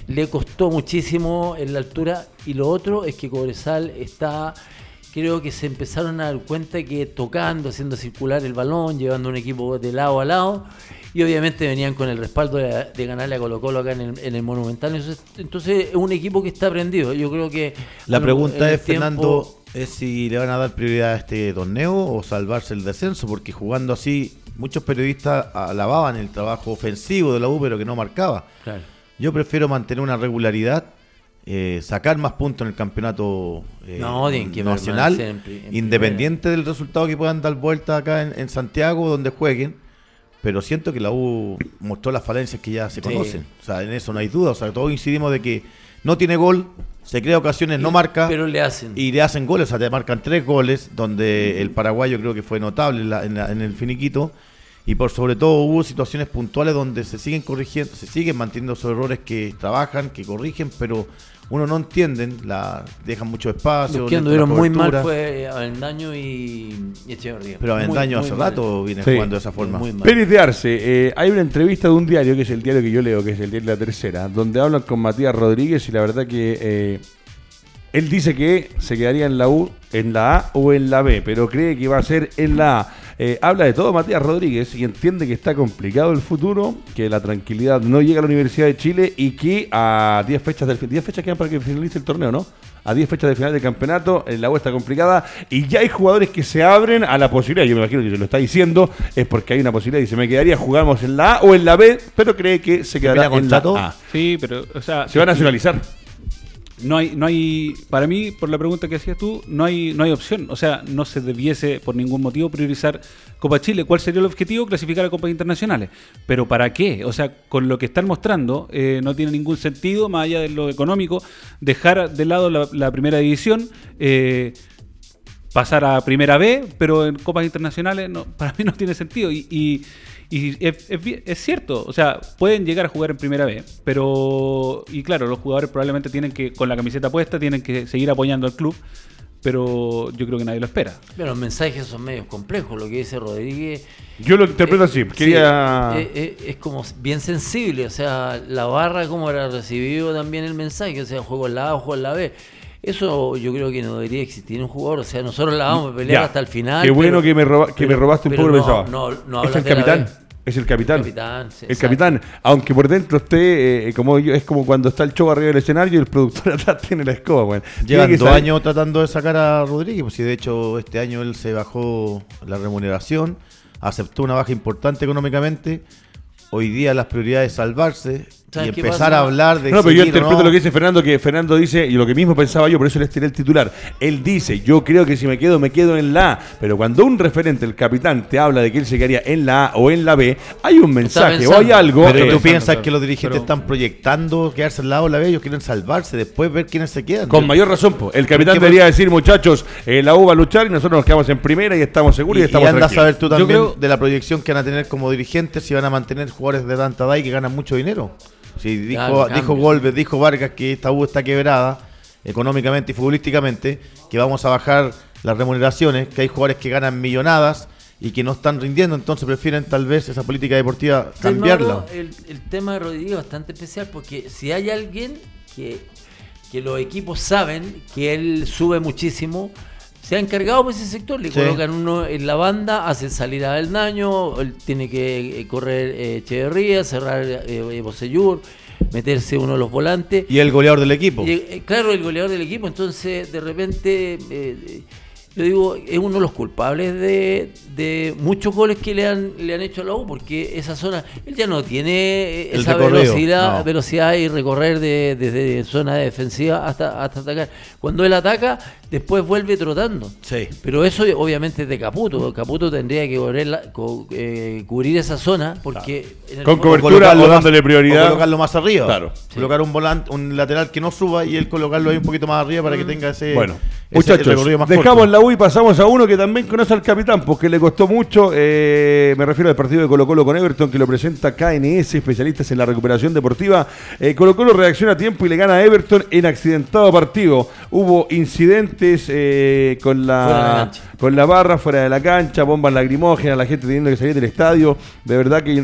le costó muchísimo en la altura. Y lo otro es que Cobresal está, creo que se empezaron a dar cuenta que tocando, haciendo circular el balón, llevando un equipo de lado a lado, y obviamente venían con el respaldo de, de ganarle a Colo Colo acá en el, en el Monumental. Entonces, entonces es un equipo que está prendido. Yo creo que la bueno, pregunta es, tiempo, Fernando, es si le van a dar prioridad a este torneo o salvarse el descenso, porque jugando así muchos periodistas alababan el trabajo ofensivo de la U, pero que no marcaba. Claro. Yo prefiero mantener una regularidad, eh, sacar más puntos en el campeonato eh, no, que nacional, en, en independiente del resultado que puedan dar vuelta acá en, en Santiago, donde jueguen. Pero siento que la U mostró las falencias que ya se sí. conocen. O sea, en eso no hay duda. O sea, todos incidimos de que no tiene gol, se crea ocasiones, no marca. Pero le hacen. Y le hacen goles, o sea, te marcan tres goles, donde el paraguayo creo que fue notable en, la, en, la, en el finiquito. Y por sobre todo hubo situaciones puntuales donde se siguen corrigiendo, se siguen manteniendo esos errores que trabajan, que corrigen, pero uno no entienden, la dejan mucho espacio. Los que anduvieron muy mal fue Avendaño y, y Echeverría. Pero Avendaño hace mal. rato viene Sí. jugando de esa forma. Muy mal. Pérez de Arce, eh, hay una entrevista de un diario, que es el diario que yo leo, que es el diario La Tercera, donde hablan con Matías Rodríguez y la verdad que eh, él dice que se quedaría en la U, en la A o en la B, pero cree que va a ser en la A. Eh, habla de todo Matías Rodríguez y entiende que está complicado el futuro, que la tranquilidad no llega a la Universidad de Chile y que a diez fechas del diez fechas quedan para que finalice el torneo, ¿no? A diez fechas de final del campeonato, en la U está complicada y ya hay jugadores que se abren a la posibilidad. Yo me imagino que se lo está diciendo, es porque hay una posibilidad. Dice, me quedaría, jugamos en la A o en la B, pero cree que se quedará en la A. Sí, pero, o sea, Se va a nacionalizar. No hay, no hay, para mí, por la pregunta que hacías tú, no hay, no hay opción. O sea, no se debiese por ningún motivo priorizar Copa Chile. ¿Cuál sería el objetivo? Clasificar a Copas Internacionales. ¿Pero para qué? O sea, con lo que están mostrando, eh, no tiene ningún sentido, más allá de lo económico, dejar de lado la, la primera división, eh, pasar a primera B, pero en Copas Internacionales no, para mí no tiene sentido. Y, y Y es, es, es cierto, o sea, pueden llegar a jugar en primera B, pero, y claro, los jugadores probablemente tienen que, con la camiseta puesta, tienen que seguir apoyando al club, pero yo creo que nadie lo espera. Pero los mensajes son medios complejos, lo que dice Rodríguez. Yo lo interpreto eh, así, quería... Sí, es, es, es como bien sensible, o sea, la barra, cómo era recibido también el mensaje, o sea, juego en la A o juego en la B. Eso yo creo que no debería existir en un jugador. O sea, nosotros la vamos a pelear Ya. hasta el final. Qué bueno pero, que me, roba, que pero, me robaste un poco, no, lo pensaba. No, no es hablas el de la capitán. B. Es el capitán. El capitán, sí, el exacto. capitán. Aunque por dentro esté, eh, como yo, es como cuando está el show arriba del escenario y el productor atrás tiene la escoba. Bueno. Llevan Tiene que dos saber- años tratando de sacar a Rodríguez, pues si de hecho este año él se bajó la remuneración, aceptó una baja importante económicamente. Hoy día las prioridades es salvarse y ¿Sabes qué empezar pasa? a hablar de No, pero yo seguir o interpreto no. lo que dice Fernando, que Fernando dice, y lo que mismo pensaba yo, por eso les tiré el titular. Él dice, yo creo que si me quedo, me quedo en la A. Pero cuando un referente, el capitán, te habla de que él se quedaría en la A o en la B, hay un mensaje o hay pensando. algo. Pero eh, tú pensando, piensas claro. que los dirigentes Pero- están proyectando quedarse al lado de la B, ellos quieren salvarse, después ver quiénes se quedan. Con mayor razón, po. El capitán Porque- debería decir, muchachos, eh, la U va a luchar y nosotros nos quedamos en primera y estamos seguros y, Y, y estamos anda a tranquilos. saber tú Yo también creo- de la proyección que van a tener como dirigentes, si van a mantener jugadores de tanta edad y que ganan mucho dinero. Si dijo, Claro, dijo cambio. Golbes, dijo Vargas que esta U está quebrada económicamente y futbolísticamente, que vamos a bajar las remuneraciones, que hay jugadores que ganan millonadas y que no están rindiendo, entonces prefieren tal vez esa política deportiva Sí, cambiarla. Mauro, el, el tema de Rodríguez es bastante especial porque si hay alguien que, que los equipos saben que él sube muchísimo, se ha encargado por ese sector, le Sí. colocan uno en la banda, hacen salir a Beldaño, él tiene que eh, correr eh, Echeverría, cerrar eh, Bocellur, meterse uno de los volantes. Y el goleador del equipo. Y, eh, claro, el goleador del equipo, entonces de repente, eh, eh, yo digo, es uno de los culpables de, de muchos goles que le han, le han hecho a la U, porque esa zona, él ya no tiene eh, El esa recorrido, velocidad, no. velocidad y recorrer de- desde zona defensiva hasta, hasta atacar. Cuando él ataca, después vuelve trotando. Sí. Pero eso obviamente es de Caputo. Caputo tendría que cubrir, la- co- eh, cubrir esa zona porque en el Con fondo- cobertura, colocarlo o más- dándole prioridad. o colocarlo más arriba. Claro. Colocar un volante, un lateral que no suba y él colocarlo ahí un poquito más arriba para que tenga ese, Bueno, ese muchachos, recorrido más dejamos corto. la U y pasamos a uno que también conoce al capitán, porque le costó mucho. eh, me refiero al partido de Colo Colo con Everton, que lo presenta K N S, especialistas en la recuperación deportiva. Eh, Colo Colo reacciona a tiempo y le gana a Everton en accidentado partido. Hubo incidentes eh, con, Fuera de la la, cancha. con la barra, fuera de la cancha, bombas lacrimógenas, la gente teniendo que salir del estadio. De verdad que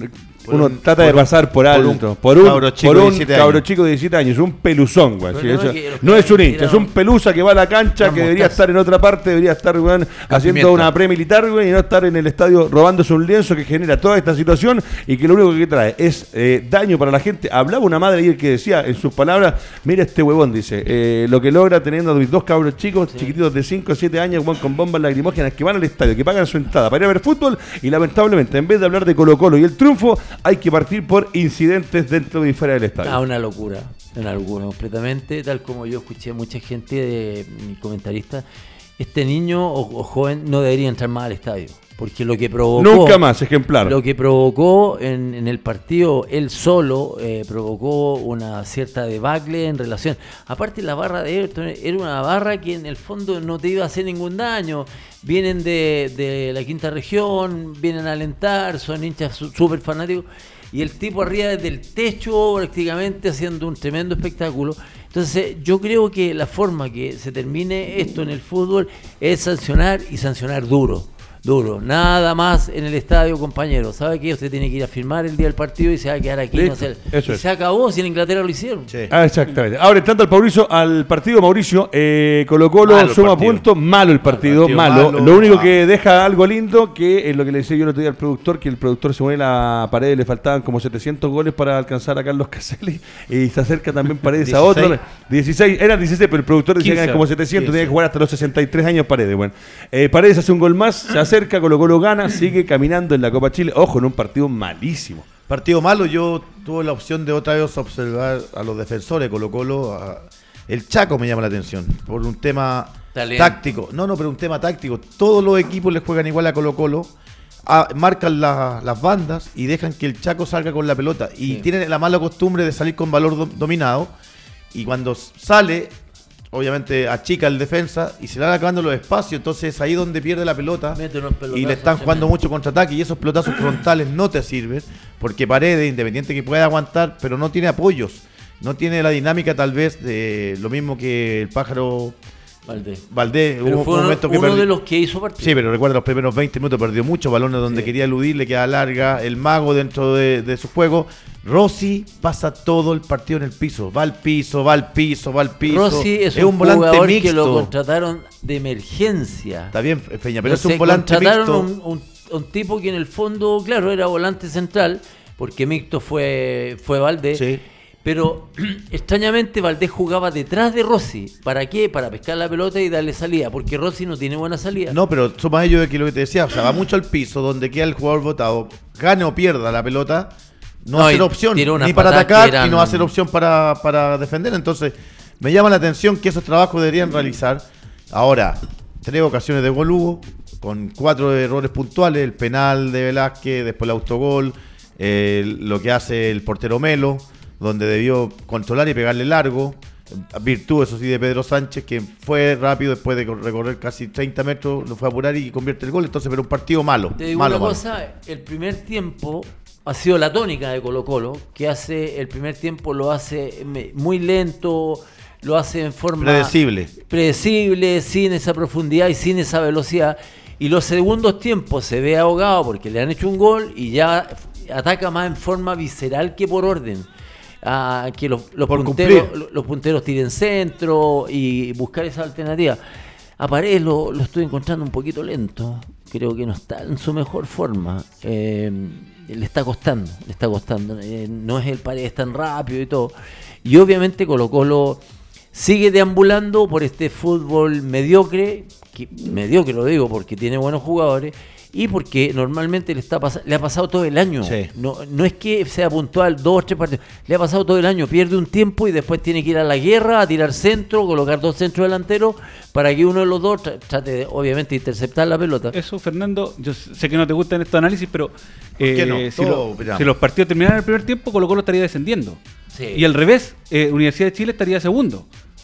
Por Uno un- trata por de un- pasar por por alto. un Por un, cabro chico por de un diecisiete cabro años. chico de diecisiete años. Un peluzón, güey. El Sí, problema eso- es que los no que es un han hincha, es tirado- un pelusa que va a la cancha, Una que debería mostaza. estar en otra parte, debería estar güey, haciendo pimienta. una pre-militar güey, y no estar en el estadio robándose un lienzo que genera toda esta situación y que lo único que trae es eh, daño para la gente. Hablaba una madre ayer que decía en sus palabras, mira este huevón, dice, eh, lo que logra teniendo a mis dos cabros chicos, Sí. chiquititos de cinco o siete años, güey, con bombas lacrimógenas, que van al estadio, que pagan su entrada para ir a ver fútbol y lamentablemente en vez de hablar de Colo Colo y el triunfo, hay que partir por incidentes dentro y fuera del estadio. Ah, una locura, una locura completamente, tal como yo escuché a mucha gente de mis comentaristas, este niño o, o joven no debería entrar más al estadio, porque lo que provocó... Nunca más, ejemplar. Lo que provocó en, en el partido él solo, eh, provocó una cierta debacle en relación... Aparte la barra de Everton era una barra que en el fondo no te iba a hacer ningún daño. Vienen de, de la quinta región, vienen a alentar, son hinchas su- súper fanáticos. Y el tipo arriba desde el techo prácticamente haciendo un tremendo espectáculo. Entonces yo creo que la forma que se termine esto en el fútbol es sancionar y sancionar duro. Duro, nada más en el estadio, compañero. ¿Sabe qué? Usted tiene que ir a firmar el día del partido y se va a quedar aquí. Listo, No sé. eso Y es. se acabó, si en Inglaterra lo hicieron. Sí. Ah, exactamente. Ahora, entrando al, Mauricio, al partido, Mauricio, eh, Colo Colo Malo el suma partido. puntos, malo el partido, partido malo. malo. Lo único Ah. que deja algo lindo, que es lo que le decía yo el otro día al productor, que el productor se mueve la pared, le faltaban como setecientos goles para alcanzar a Carlos Caselli, y se acerca también Paredes a otro. dieciséis, eran dieciséis, pero el productor decía que quince. eran como setecientos, quince. tenía que jugar hasta los sesenta y tres años Paredes. Bueno, eh, Paredes hace un gol más, se acerca, Colo Colo gana, sigue caminando en la Copa Chile. Ojo, en un partido malísimo. Partido malo, yo tuve la opción de otra vez observar a los defensores de Colo Colo. a- El Chaco me llama la atención, por un tema Talento. táctico. No, no, pero un tema táctico. Todos los equipos le juegan igual a Colo Colo. a- marcan la- las bandas y dejan que el Chaco salga con la pelota. Y Sí. tienen la mala costumbre de salir con valor do- dominado. Y cuando sale, obviamente achica el defensa y se le van acabando los espacios. Entonces es ahí donde pierde la pelota. Mete unos pelotazos Y le están jugando tremendos. mucho contraataque. Y esos pelotazos frontales no te sirven. Porque Paredes, independiente que pueda aguantar, pero no tiene apoyos. No tiene la dinámica tal vez de lo mismo que el pájaro Valdés. Valdés. Pero Hubo fue un uno, momento que uno perdi- de los que hizo partido. Sí, pero recuerda los primeros veinte minutos perdió muchos balones donde Sí. quería eludir, le queda larga, el mago dentro de, de su juego. Rossi pasa todo el partido en el piso, va al piso, va al piso, va al piso. Rossi es, un, volante jugador mixto. que lo contrataron de emergencia. Está bien, Feña, pero es Entonces, un volante contrataron mixto. un, un- un tipo que en el fondo, claro, era volante central, porque mixto fue, fue Valdés. Sí. Pero extrañamente Valdés jugaba detrás de Rossi. ¿Para qué? Para pescar la pelota y darle salida, porque Rossi no tiene buena salida. No, pero suma ello de que lo que te decía, o sea, va mucho al piso, donde queda el jugador votado, gane o pierda la pelota, no, No, va a y ser opción, tiró unas ni para patadas que atacar, eran- y no va a ser opción para, para defender. Entonces, me llama la atención que esos trabajos deberían realizar. Ahora, tres ocasiones de gol hubo, con cuatro errores puntuales, el penal de Velázquez, después el autogol, eh, lo que hace el portero Melo, donde debió controlar y pegarle largo. Virtud, eso sí, de Pedro Sánchez, que fue rápido después de recorrer casi treinta metros, lo fue a apurar y convierte el gol. Entonces, pero un partido malo. Te digo malo, una malo. cosa, el primer tiempo ha sido la tónica de Colo Colo, que hace el primer tiempo lo hace me- muy lento, lo hace en forma Predecible. predecible, sin esa profundidad y sin esa velocidad. Y los segundos tiempos se ve ahogado porque le han hecho un gol y ya ataca más en forma visceral que por orden. Ah, que los, los Por punteros, cumplir. los punteros tiren centro y buscar esa alternativa. A Paredes lo, lo estoy encontrando un poquito lento. Creo que no está en su mejor forma. Eh, le está costando, le está costando. Eh, no es el Paredes tan rápido y todo. Y obviamente Colo Colo sigue deambulando por este fútbol mediocre, que, mediocre lo digo porque tiene buenos jugadores y porque normalmente le está pas- le ha pasado todo el año. Sí. No, no es que sea puntual dos o tres partidos, le ha pasado todo el año, pierde un tiempo y después tiene que ir a la guerra, a tirar centro, colocar dos centros delanteros para que uno de los dos tra- trate de, obviamente, de interceptar la pelota. Eso, Fernando, yo sé que no te gustan estos análisis, pero eh, qué no? si, Todo lo- opinamos. si los partidos terminaran en el primer tiempo, Colo Colo estaría descendiendo. Sí. Y al revés, eh, Universidad de Chile estaría segundo.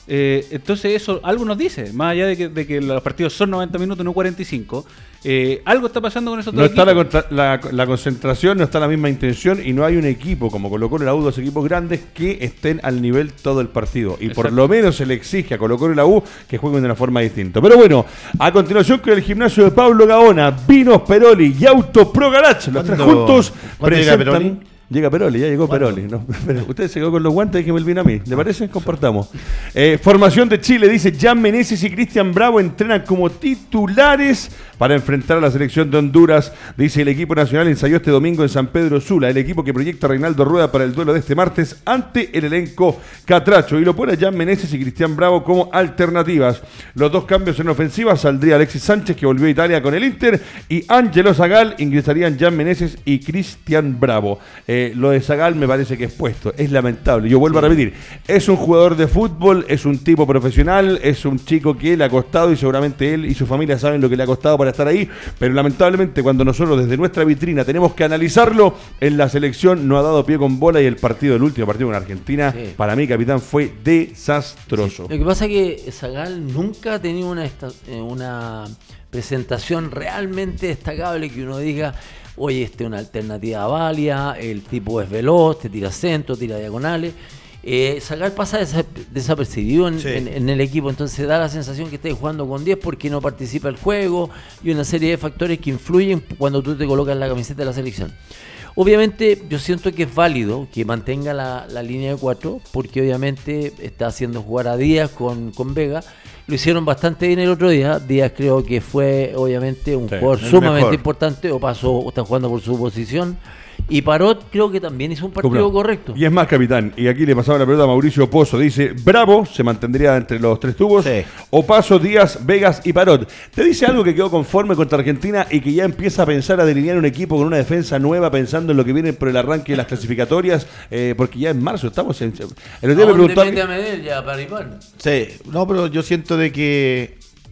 Eh, entonces eso algo nos dice, más allá de que, de que los partidos son noventa minutos, no cuarenta y cinco, eh, algo está pasando con esos No dos está la, equipos. contra- la, la concentración, no está la misma intención y no hay un equipo como Colo-Colo y la U, dos equipos grandes que estén al nivel todo el partido. Y por Exacto. lo menos se le exige a Colo-Colo y la U que jueguen de una forma distinta. Pero bueno, a continuación con el gimnasio de Pablo Gaona, Vinos Peroli y Auto Pro Garage, los tres ¿Cuándo- juntos cuándo llega presentan... Peroli? Llega Peroli, ya llegó ¿Cuándo? Peroli. No, pero usted se quedó con los guantes, déjeme el vino a mí. ¿Le parece? Compartamos. Eh, formación de Chile, dice Jan Meneses y Cristian Bravo entrenan como titulares para enfrentar a la selección de Honduras. Dice el equipo nacional ensayó este domingo en San Pedro Sula, el equipo que proyecta a Reinaldo Rueda para el duelo de este martes ante el elenco catracho. Y lo pone a Jan Meneses y Cristian Bravo como alternativas. Los dos cambios en ofensiva saldría Alexis Sánchez, que volvió a Italia con el Inter, y Ángelo Zagal. Ingresarían Jan Meneses y Cristian Bravo. Eh, lo de Zagal me parece que es puesto, es lamentable. Yo vuelvo a repetir, es un jugador de fútbol, es un tipo profesional, es un chico que le ha costado y seguramente él y su familia saben lo que le ha costado para estar ahí, pero lamentablemente cuando nosotros desde nuestra vitrina tenemos que analizarlo, en la selección no ha dado pie con bola y el partido, el último partido con Argentina, Sí. para mí, capitán, fue desastroso. Lo que pasa es que Zagal nunca ha tenido una, esta- eh, una presentación realmente destacable que uno diga, oye, este es una alternativa válida, el tipo es veloz, te tira centro, tira diagonales. Eh, Zagal pasa desa- desapercibido en, Sí. en- en el equipo, entonces da la sensación que estáis jugando con diez porque no participa el juego y una serie de factores que influyen cuando tú te colocas la camiseta de la selección. Obviamente yo siento que es válido que mantenga la, la línea de cuatro, porque obviamente está haciendo jugar a Díaz con, con Vega. Lo hicieron bastante bien el otro día. Díaz creo que fue obviamente un Sí, jugador el sumamente mejor. importante, o pasó, o está jugando por su posición. Y Parot creo que también hizo un partido Comprado. correcto. Y es más, capitán, y aquí le pasaba la pelota a Mauricio Pozo, dice, Bravo se mantendría entre los tres tubos, Sí. Opaso, Díaz, Vegas y Parot. ¿Te dice algo que quedó conforme contra Argentina y que ya empieza a pensar a delinear un equipo con una defensa nueva, pensando en lo que viene por el arranque de las clasificatorias? Eh, porque ya en marzo estamos en... El otro día me preguntó... mete a Medel ya para igual? Sí, no, pero yo siento de que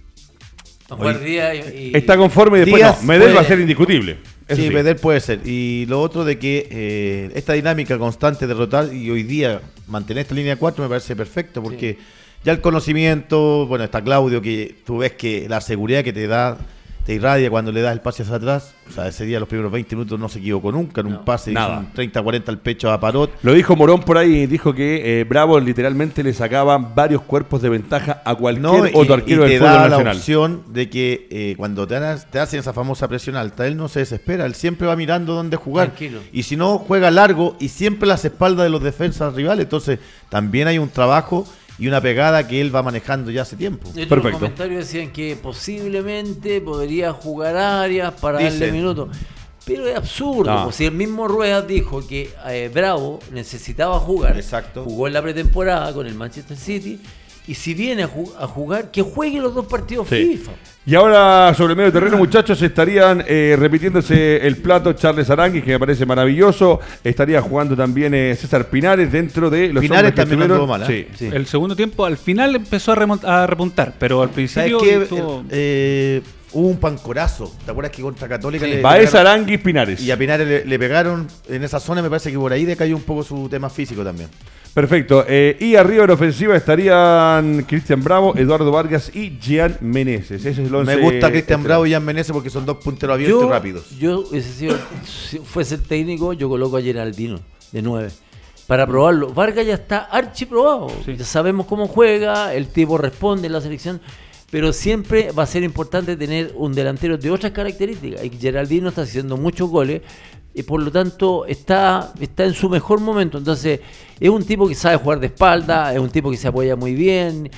A jugar Díaz y, y- Está conforme y después Díaz no, Medel va a puede- ser indiscutible. Eso sí, sí. Medel puede ser. Y lo otro de que eh, esta dinámica constante de rotar y hoy día mantener esta línea de cuatro me parece perfecto porque ya el conocimiento, bueno, está Claudio, que tú ves que la seguridad que te da, te irradia cuando le das el pase hacia atrás. O sea, ese día los primeros veinte minutos no se equivocó nunca en un No, pase, hizo nada. un treinta cuarenta al pecho a Parot. Lo dijo Morón por ahí, dijo que eh, Bravo literalmente le sacaba varios cuerpos de ventaja a cualquier No, y, otro arquero y te del fútbol da la nacional. opción de que eh, cuando te, han- te hacen esa famosa presión alta, él no se desespera, él siempre va mirando dónde jugar. Tranquilo. Y si no, juega largo y siempre a las espaldas de los defensas rivales. Entonces, también hay un trabajo y una pegada que él va manejando ya hace tiempo. En los Perfecto. comentarios decían que posiblemente podría jugar Arias para darle Dicen. minutos. Pero es absurdo, No. pues, si el mismo Ruedas dijo que eh, Bravo necesitaba jugar, Exacto. jugó en la pretemporada con el Manchester City, y si viene a, ju- a jugar, que juegue los dos partidos Sí. FIFA. Y ahora sobre el medio terreno, muchachos, estarían eh, repitiéndose el plato Charles Aranguis, que me parece maravilloso. Estaría jugando también eh, César Pinares dentro de los Pinares hombres que también estuvieron- anduvo mal, ¿eh? Sí. Sí. El segundo tiempo, al final empezó a, remont- a repuntar, pero al ¿Sabes principio qué? estuvo- Eh, hubo un pancorazo. ¿Te acuerdas que contra Católica Sí. le, le Baez, pegaron- Aranguis, Pinares. y a Pinares le, le pegaron en esa zona? Me parece que por ahí decayó un poco su tema físico también. Perfecto. Eh, y arriba en ofensiva estarían Cristian Bravo, Eduardo Vargas y Jean Meneses. Ese es el once Me gusta Cristian estelar. Bravo y Jan Menezes porque son dos punteros abiertos y rápidos. Yo, ese sido- si fuese el técnico, yo coloco a Geraldino de nueve para probarlo. Vargas ya está archiprobado. Sí. Ya sabemos cómo juega, el tipo responde en la selección, pero siempre va a ser importante tener un delantero de otras características. Y Geraldino está haciendo muchos goles y por lo tanto está, está en su mejor momento. Entonces, es un tipo que sabe jugar de espalda, es un tipo que se apoya muy bien.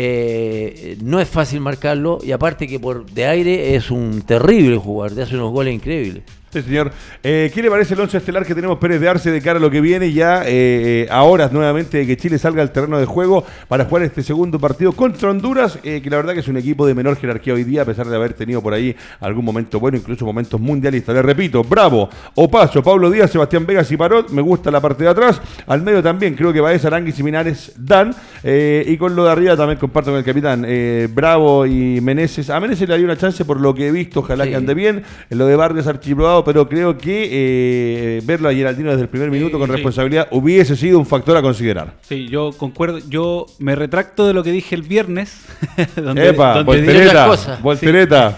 eh, no es fácil marcarlo y aparte que por de aire es un terrible jugador, te hace unos goles increíbles. Sí, señor. Eh, ¿Qué le parece el once estelar que tenemos Pérez de Arce de cara a lo que viene ya eh, a horas nuevamente de que Chile salga al terreno de juego para jugar este segundo partido contra Honduras, eh, que la verdad que es un equipo de menor jerarquía hoy día, a pesar de haber tenido por ahí algún momento bueno, incluso momentos mundialistas? Le repito, Bravo, Opaso, Pablo Díaz, Sebastián Vegas y Parot, me gusta la parte de atrás. Al medio también, creo que Baez, Aranguis y Minares dan. Eh, y con lo de arriba también comparto con el capitán eh, Bravo y Meneses. A Meneses le daría una chance por lo que he visto, ojalá Sí. que ande bien. Lo de Vargas archiprobado, pero creo que eh, verlo a Geraldino desde el primer minuto Sí, con sí. responsabilidad hubiese sido un factor a considerar. Sí, yo concuerdo, yo me retracto de lo que dije el viernes. donde, Epa, donde dije- otras voltereta, cosas. voltereta.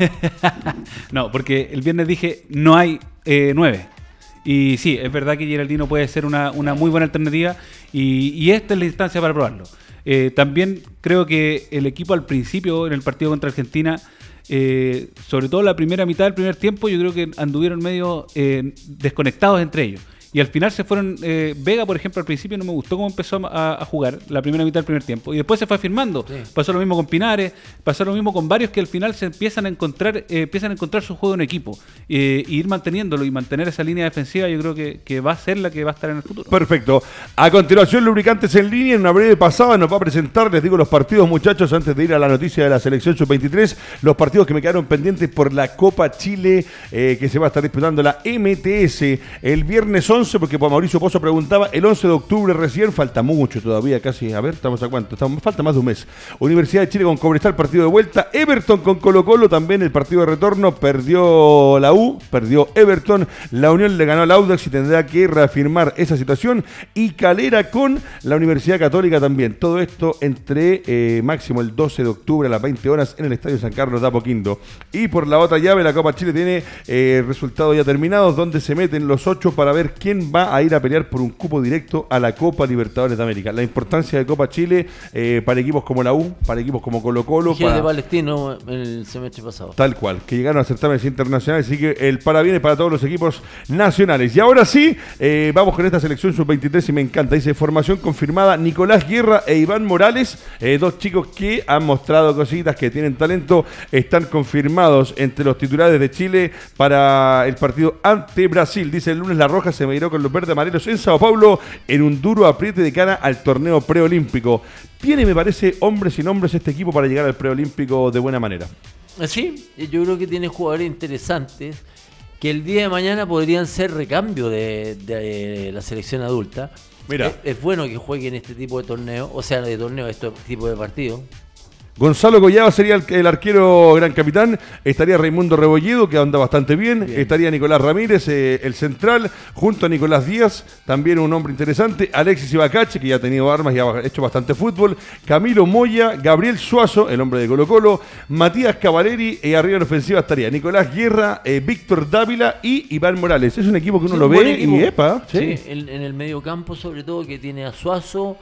No, porque el viernes dije no hay eh, nueve. Y sí, es verdad que Geraldino puede ser una, una muy buena alternativa y, y esta es la instancia para probarlo. Eh, también creo que el equipo al principio, en el partido contra Argentina, eh, sobre todo la primera mitad del primer tiempo, yo creo que anduvieron medio eh, desconectados entre ellos. Y al final se fueron, eh, Vega por ejemplo al principio no me gustó cómo empezó a, a jugar la primera mitad del primer tiempo y después se fue afirmando, Sí. pasó lo mismo con Pinares, pasó lo mismo con varios que al final se empiezan a encontrar, eh, empiezan a encontrar su juego en equipo eh, y ir manteniéndolo y mantener esa línea defensiva yo creo que, que va a ser la que va a estar en el futuro. Perfecto. A continuación, Lubricantes en línea, en una breve pasada nos va a presentar, les digo los partidos, muchachos, antes de ir a la noticia de la selección sub veintitrés, los partidos que me quedaron pendientes por la Copa Chile, eh, que se va a estar disputando la M T S el viernes once, porque por Mauricio Pozo preguntaba, el once de octubre recién, falta mucho todavía, casi, a ver, estamos a cuánto, estamos, falta más de un mes. Universidad de Chile con Cobresal, partido de vuelta, Everton con Colo Colo, también el partido de retorno, perdió la U, perdió Everton, la Unión le ganó al Audax y tendrá que reafirmar esa situación, y Calera con la Universidad Católica también, todo esto entre eh, máximo el doce de octubre a las veinte horas en el Estadio San Carlos de Apoquindo. Y por la otra llave, la Copa Chile tiene eh, resultados ya terminados, donde se meten los ocho para ver quién va a ir a pelear por un cupo directo a la Copa Libertadores de América. La importancia de Copa Chile eh, para equipos como la U, para equipos como Colo Colo, Miguel de para... Palestino el semestre pasado. Tal cual, que llegaron a certámenes internacionales, así que el parabienes para todos los equipos nacionales. Y ahora sí, eh, vamos con esta selección sub veintitrés y me encanta. Dice, formación confirmada, Nicolás Guerra e Iván Morales, eh, dos chicos que han mostrado cositas, que tienen talento, están confirmados entre los titulares de Chile para el partido ante Brasil. Dice, el lunes La Roja se miró con los verdes amarelos en Sao Paulo en un duro apriete de cara al torneo preolímpico. Tiene, me parece, hombres y nombres este equipo para llegar al preolímpico de buena manera. Sí, yo creo que tiene jugadores interesantes que el día de mañana podrían ser recambio de, de la selección adulta. Mira. Es, es bueno que jueguen este tipo de torneo, o sea, de torneo, este tipo de partidos. Gonzalo Collado sería el, el arquero gran capitán, estaría Raimundo Rebolledo, que anda bastante bien, Bien. estaría Nicolás Ramírez, eh, el central, junto a Nicolás Díaz, también un hombre interesante, Alexis Ibacache, que ya ha tenido armas y ha hecho bastante fútbol, Camilo Moya, Gabriel Suazo, el hombre de Colo Colo, Matías Cavaleri, y arriba en ofensiva estaría Nicolás Guerra, eh, Víctor Dávila y Iván Morales. Es un equipo que uno Sí, lo un buen ve equipo. y epa, Sí, sí. en, en el medio campo sobre todo, que tiene a Suazo.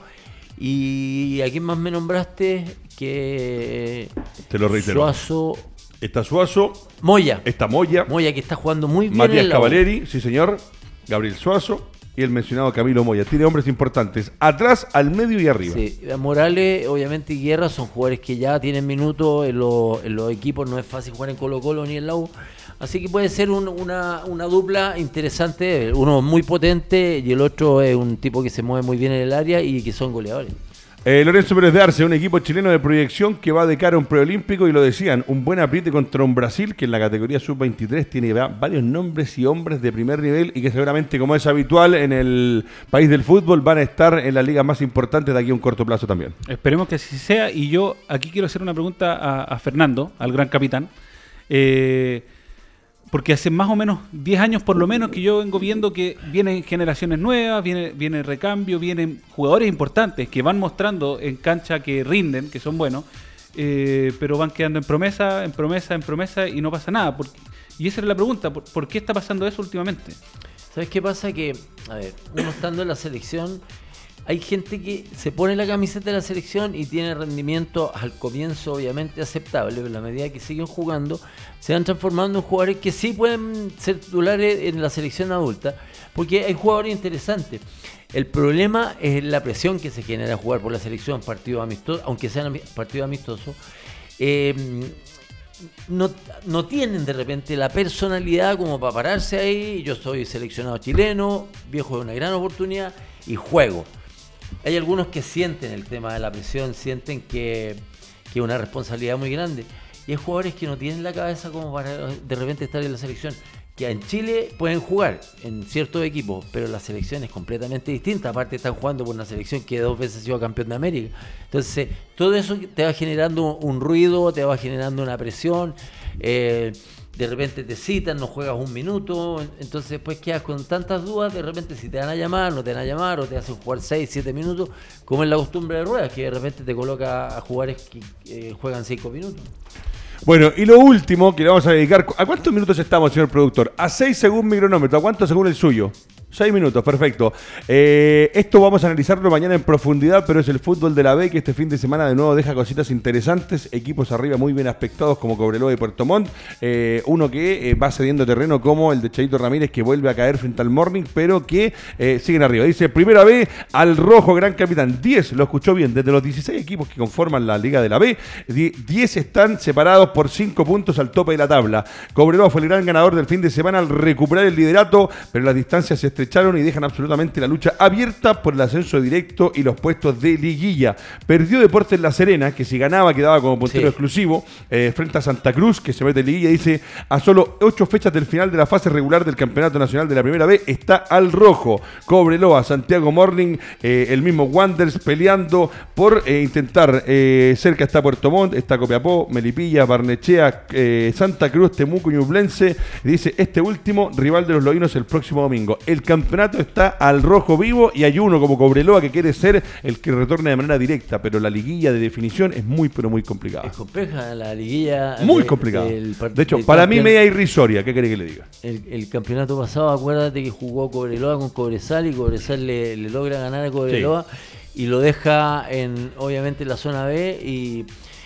Y a quién más me nombraste, que Te lo reitero. Suazo, Está Suazo, Moya. está Moya, Moya, que está jugando muy bien. Matías en la U. Cavaleri, sí señor, Gabriel Suazo y el mencionado Camilo Moya. Tiene hombres importantes, atrás, al medio y arriba. Sí, Morales, obviamente, y Guerra son jugadores que ya tienen minutos en los, en los equipos. No es fácil jugar en Colo Colo ni en la U. Así que puede ser un- una, una dupla interesante. Uno muy potente y el otro es un tipo que se mueve muy bien en el área y que son goleadores. Eh, Lorenzo Pérez de Arce, un equipo chileno de proyección que va de cara a un preolímpico, y lo decían, un buen apriete contra un Brasil que en la categoría sub veintitrés tiene va- varios nombres y hombres de primer nivel y que seguramente, como es habitual en el país del fútbol, van a estar en las ligas más importantes de aquí a un corto plazo también. Esperemos que así sea. Y yo aquí quiero hacer una pregunta a, a Fernando, al gran capitán. Eh, porque hace más o menos diez años por lo menos que yo vengo viendo que vienen generaciones nuevas, viene, viene recambio, vienen jugadores importantes que van mostrando en cancha que rinden, que son buenos, eh, pero van quedando en promesa, en promesa, en promesa y no pasa nada. Porque, y esa era la pregunta, ¿por, por qué está pasando eso últimamente? ¿Sabes qué pasa? Que, a ver, uno estando en la selección, hay gente que se pone la camiseta de la selección y tiene rendimiento al comienzo obviamente aceptable, pero a la medida que siguen jugando, se van transformando en jugadores que sí pueden ser titulares en la selección adulta, porque hay jugadores interesantes. El problema es la presión que se genera jugar por la selección, partidos amistosos, aunque sean ami- partidos amistosos. Eh, No, no tienen de repente la personalidad como para pararse ahí. Yo soy seleccionado chileno, viejo, es una gran oportunidad y juego. Hay algunos que sienten el tema de la presión, sienten que que es una responsabilidad muy grande. Y hay jugadores que no tienen la cabeza como para de repente estar en la selección. que en Chile pueden jugar en ciertos equipos, pero la selección es completamente distinta. Aparte están jugando por una selección que dos veces ha sido campeón de América. Entonces, todo eso te va generando un ruido, te va generando una presión. Eh, de repente te citan, no juegas un minuto, entonces después quedas con tantas dudas, de repente si te van a llamar, no te van a llamar, o te hacen jugar seis, siete minutos, como es la costumbre de Ruedas, que de repente te coloca a jugadores que eh, juegan cinco minutos. Bueno, y lo último que le vamos a dedicar, ¿a cuántos minutos estamos, señor productor? A seis según mi cronómetro, ¿a cuánto según el suyo? Seis minutos, perfecto. Eh, esto vamos a analizarlo mañana en profundidad, pero es el fútbol de la B que este fin de semana de nuevo deja cositas interesantes. Equipos arriba muy bien aspectados como Cobreloa y Puerto Montt. Eh, uno que eh, va cediendo terreno como el de Chayito Ramírez, que vuelve a caer frente al Morning, pero que eh, siguen arriba. Dice, primera B, al rojo, gran capitán. diez, lo escuchó bien, desde los dieciséis equipos que conforman la Liga de la B, diez están separados por cinco puntos al tope de la tabla. Cobreloa fue el gran ganador del fin de semana al recuperar el liderato, pero las distancias se estrecharon y dejan absolutamente la lucha abierta por el ascenso directo y los puestos de liguilla. Perdió Deportes La Serena, que si ganaba quedaba como puntero sí. exclusivo, eh, frente a Santa Cruz, que se mete en liguilla. Dice, a solo ocho fechas del final de la fase regular del Campeonato Nacional de la Primera B, está al rojo. Cobreloa, Santiago Morning, eh, el mismo Wanderers peleando por eh, intentar, eh, cerca está Puerto Montt, está Copiapó, Melipilla, Barnechea, eh, Santa Cruz, Temuco y Ñublense. Dice, este último, rival de los loínos el próximo domingo. El campeonato está al rojo vivo y hay uno como Cobreloa que quiere ser el que retorne de manera directa, pero la liguilla de definición es muy, pero muy complicada. Es compleja la liguilla. Muy de, complicada. Del, de hecho, para mí media irrisoria. ¿Qué quiere que le diga? El, el campeonato pasado, acuérdate que jugó Cobreloa con Cobresal y Cobresal le, le logra ganar a Cobreloa sí. y lo deja en, obviamente, en la zona B y...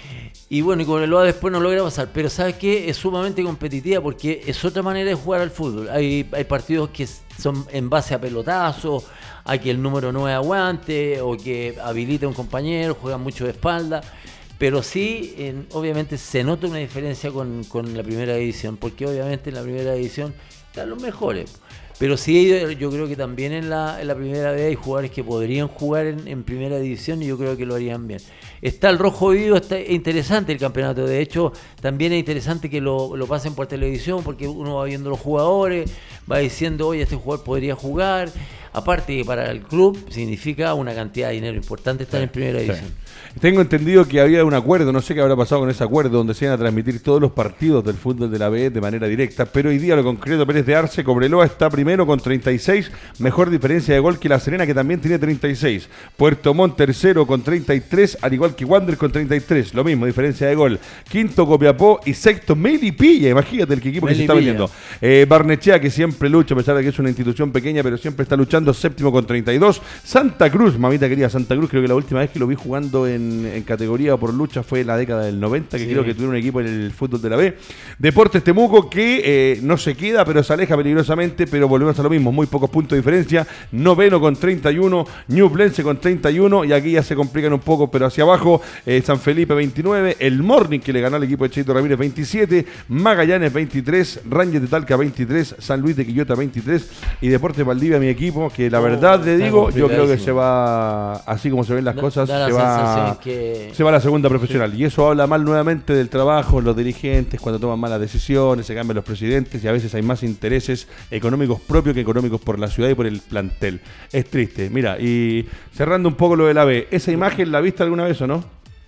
Y bueno, y Cobreloa después no logra pasar. Pero ¿sabes qué? Es sumamente competitiva porque es otra manera de jugar al fútbol. Hay, hay partidos que son en base a pelotazos, a que el número nueve aguante o que habilite a un compañero, juegan mucho de espalda. Pero sí, en, obviamente se nota una diferencia con, con la primera división, porque obviamente en la primera división están los mejores. Pero sí, yo creo que también en la, en la primera vez hay jugadores que podrían jugar en, en primera división y yo creo que lo harían bien. Está el rojo vivo, está interesante el campeonato. De hecho, también es interesante que lo, lo pasen por televisión porque uno va viendo los jugadores, va diciendo, oye, este jugador podría jugar. Aparte que para el club significa una cantidad de dinero importante estar sí, en primera división. Sí. Tengo entendido que había un acuerdo, no sé qué habrá pasado con ese acuerdo, donde se iban a transmitir todos los partidos del fútbol de la B de manera directa, pero hoy día lo concreto Pérez de Arce, Cobreloa está primero con treinta y seis, mejor diferencia de gol que La Serena, que también tiene treinta y seis. Puerto Montt tercero con treinta y tres, al igual que Wander con treinta y tres, lo mismo, diferencia de gol. Quinto Copiapó y sexto Melipilla, imagínate el equipo que Melipilla. Se está metiendo. Eh, Barnechea, que siempre lucha, a pesar de que es una institución pequeña, pero siempre está luchando, séptimo con treinta y dos. Santa Cruz, mamita querida, Santa Cruz, creo que la última vez que lo vi jugando en En, en categoría por lucha fue la década del noventa, que sí. creo que tuvieron un equipo en el fútbol de la B. Deportes Temuco, que eh, no se queda, pero se aleja peligrosamente, pero volvemos a lo mismo, muy pocos puntos de diferencia. Noveno con treinta y uno, Ñublense con treinta y uno, y aquí ya se complican un poco, pero hacia abajo, eh, San Felipe veintinueve, el Morning, que le ganó al equipo de Chayito Ramírez veintisiete, Magallanes veintitrés, Rangers de Talca veintitrés, San Luis de Quillota veintitrés, y Deportes Valdivia, mi equipo, que la oh, verdad le digo, yo creo que se va, así como se ven las da, cosas, da se va... Que... se va a la segunda profesional sí. y eso habla mal nuevamente del trabajo, los dirigentes cuando toman malas decisiones, se cambian los presidentes y a veces hay más intereses económicos propios que económicos por la ciudad y por el plantel. Es triste. Mira, y cerrando un poco lo de la B, ¿esa imagen la viste alguna vez o no?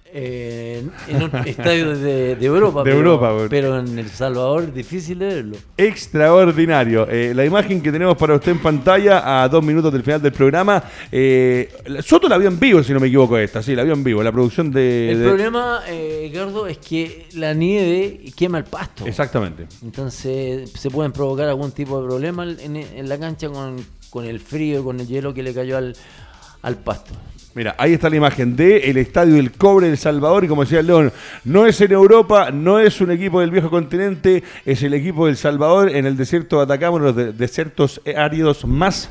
Eh, en un estadio de, de Europa, de pero, Europa pero en El Salvador difícil de verlo. Extraordinario. Eh, la imagen que tenemos para usted en pantalla a dos minutos del final del programa. Eh, Soto la vio en vivo, si no me equivoco, esta. Sí, la vio en vivo. La producción de... El de... problema, eh, Edgardo, es que la nieve quema el pasto. Exactamente. Entonces se pueden provocar algún tipo de problema en, en la cancha con, con el frío, con el hielo que le cayó al, al pasto. Mira, ahí está la imagen de el Estadio del Cobre del Salvador y como decía el León, no es en Europa, no es un equipo del viejo continente, es el equipo del Salvador en el desierto de Atacama, uno de los de- desiertos áridos más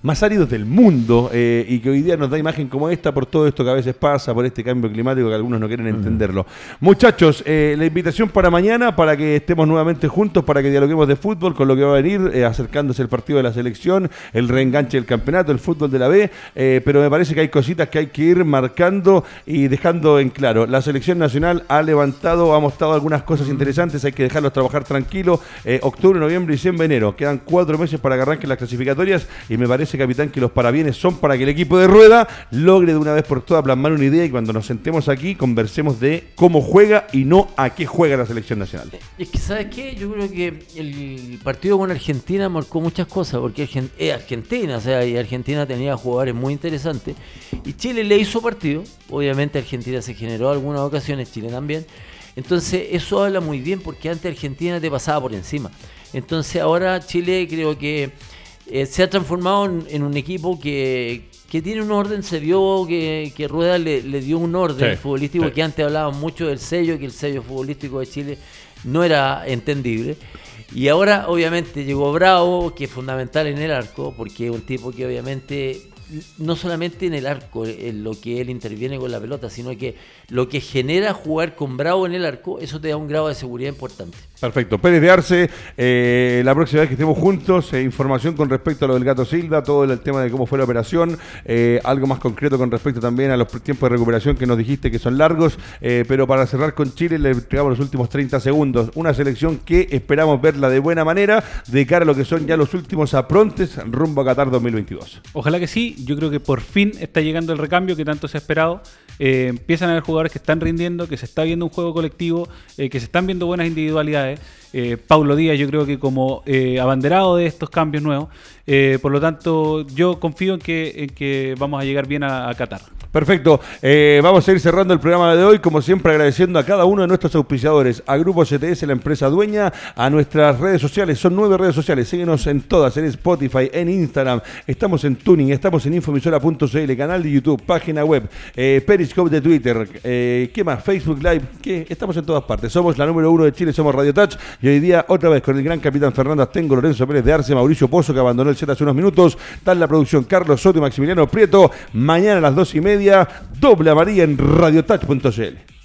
más áridos del mundo eh, y que hoy día nos da imagen como esta por todo esto que a veces pasa, por este cambio climático que algunos no quieren entenderlo. Mm. Muchachos, eh, la invitación para mañana, para que estemos nuevamente juntos, para que dialoguemos de fútbol con lo que va a venir, eh, acercándose el partido de la selección, el reenganche del campeonato, el fútbol de la B, eh, pero me parece que hay cositas que hay que ir marcando y dejando en claro. La selección nacional ha levantado, ha mostrado algunas cosas interesantes, hay que dejarlos trabajar tranquilo. Eh, octubre, noviembre, diciembre, enero. Quedan cuatro meses para que arranquen las clasificatorias y me parece, capitán, que los parabienes son para que el equipo de Rueda logre de una vez por todas plasmar una idea y cuando nos sentemos aquí conversemos de cómo juega y no a qué juega la selección nacional. Es que, ¿sabes qué? Yo creo que el partido con Argentina marcó muchas cosas, porque es Argentina, o sea, y Argentina tenía jugadores muy interesantes y Chile le hizo partido. Obviamente Argentina se generó algunas ocasiones, Chile también. Entonces eso habla muy bien porque antes Argentina te pasaba por encima. Entonces ahora Chile creo que eh, se ha transformado en, en un equipo que, que tiene un orden, se vio que, que Rueda le, le dio un orden sí, futbolístico, sí. Que antes hablaban mucho del sello, que el sello futbolístico de Chile no era entendible. Y ahora obviamente llegó Bravo, que es fundamental en el arco, porque es un tipo que obviamente no solamente en el arco en lo que él interviene con la pelota, sino que lo que genera jugar con Bravo en el arco, eso te da un grado de seguridad importante. Perfecto. Pérez de Arce, eh, la próxima vez que estemos juntos, eh, información con respecto a lo del Gato Silva, todo el tema de cómo fue la operación, eh, algo más concreto con respecto también a los tiempos de recuperación que nos dijiste que son largos, eh, pero para cerrar con Chile le entregamos los últimos treinta segundos, una selección que esperamos verla de buena manera de cara a lo que son ya los últimos aprontes rumbo a Qatar dos mil veintidós. Ojalá que sí, yo creo que por fin está llegando el recambio que tanto se ha esperado, eh, empiezan a haber jugadores que están rindiendo, que se está viendo un juego colectivo, eh, que se están viendo buenas individualidades. Eh, Paulo Díaz yo creo que como eh, abanderado de estos cambios nuevos, eh, por lo tanto yo confío en que, en que vamos a llegar bien a, a Qatar. Perfecto, eh, vamos a ir cerrando el programa de hoy, como siempre agradeciendo a cada uno de nuestros auspiciadores, a Grupo C T S, la empresa dueña, a nuestras redes sociales, son nueve redes sociales, síguenos en todas, en Spotify, en Instagram, estamos en Tuning, estamos en infoemisora punto c l, canal de YouTube, página web, eh, Periscope de Twitter, eh, ¿qué más? Facebook Live, ¿qué? Estamos en todas partes, somos la número uno de Chile, somos Radio Touch, y hoy día otra vez con el gran capitán Fernando Astengo, Lorenzo Pérez de Arce, Mauricio Pozo, que abandonó el set hace unos minutos, tal la producción Carlos Soto y Maximiliano Prieto, mañana a las dos y media, doble amarilla en radio touch punto c l.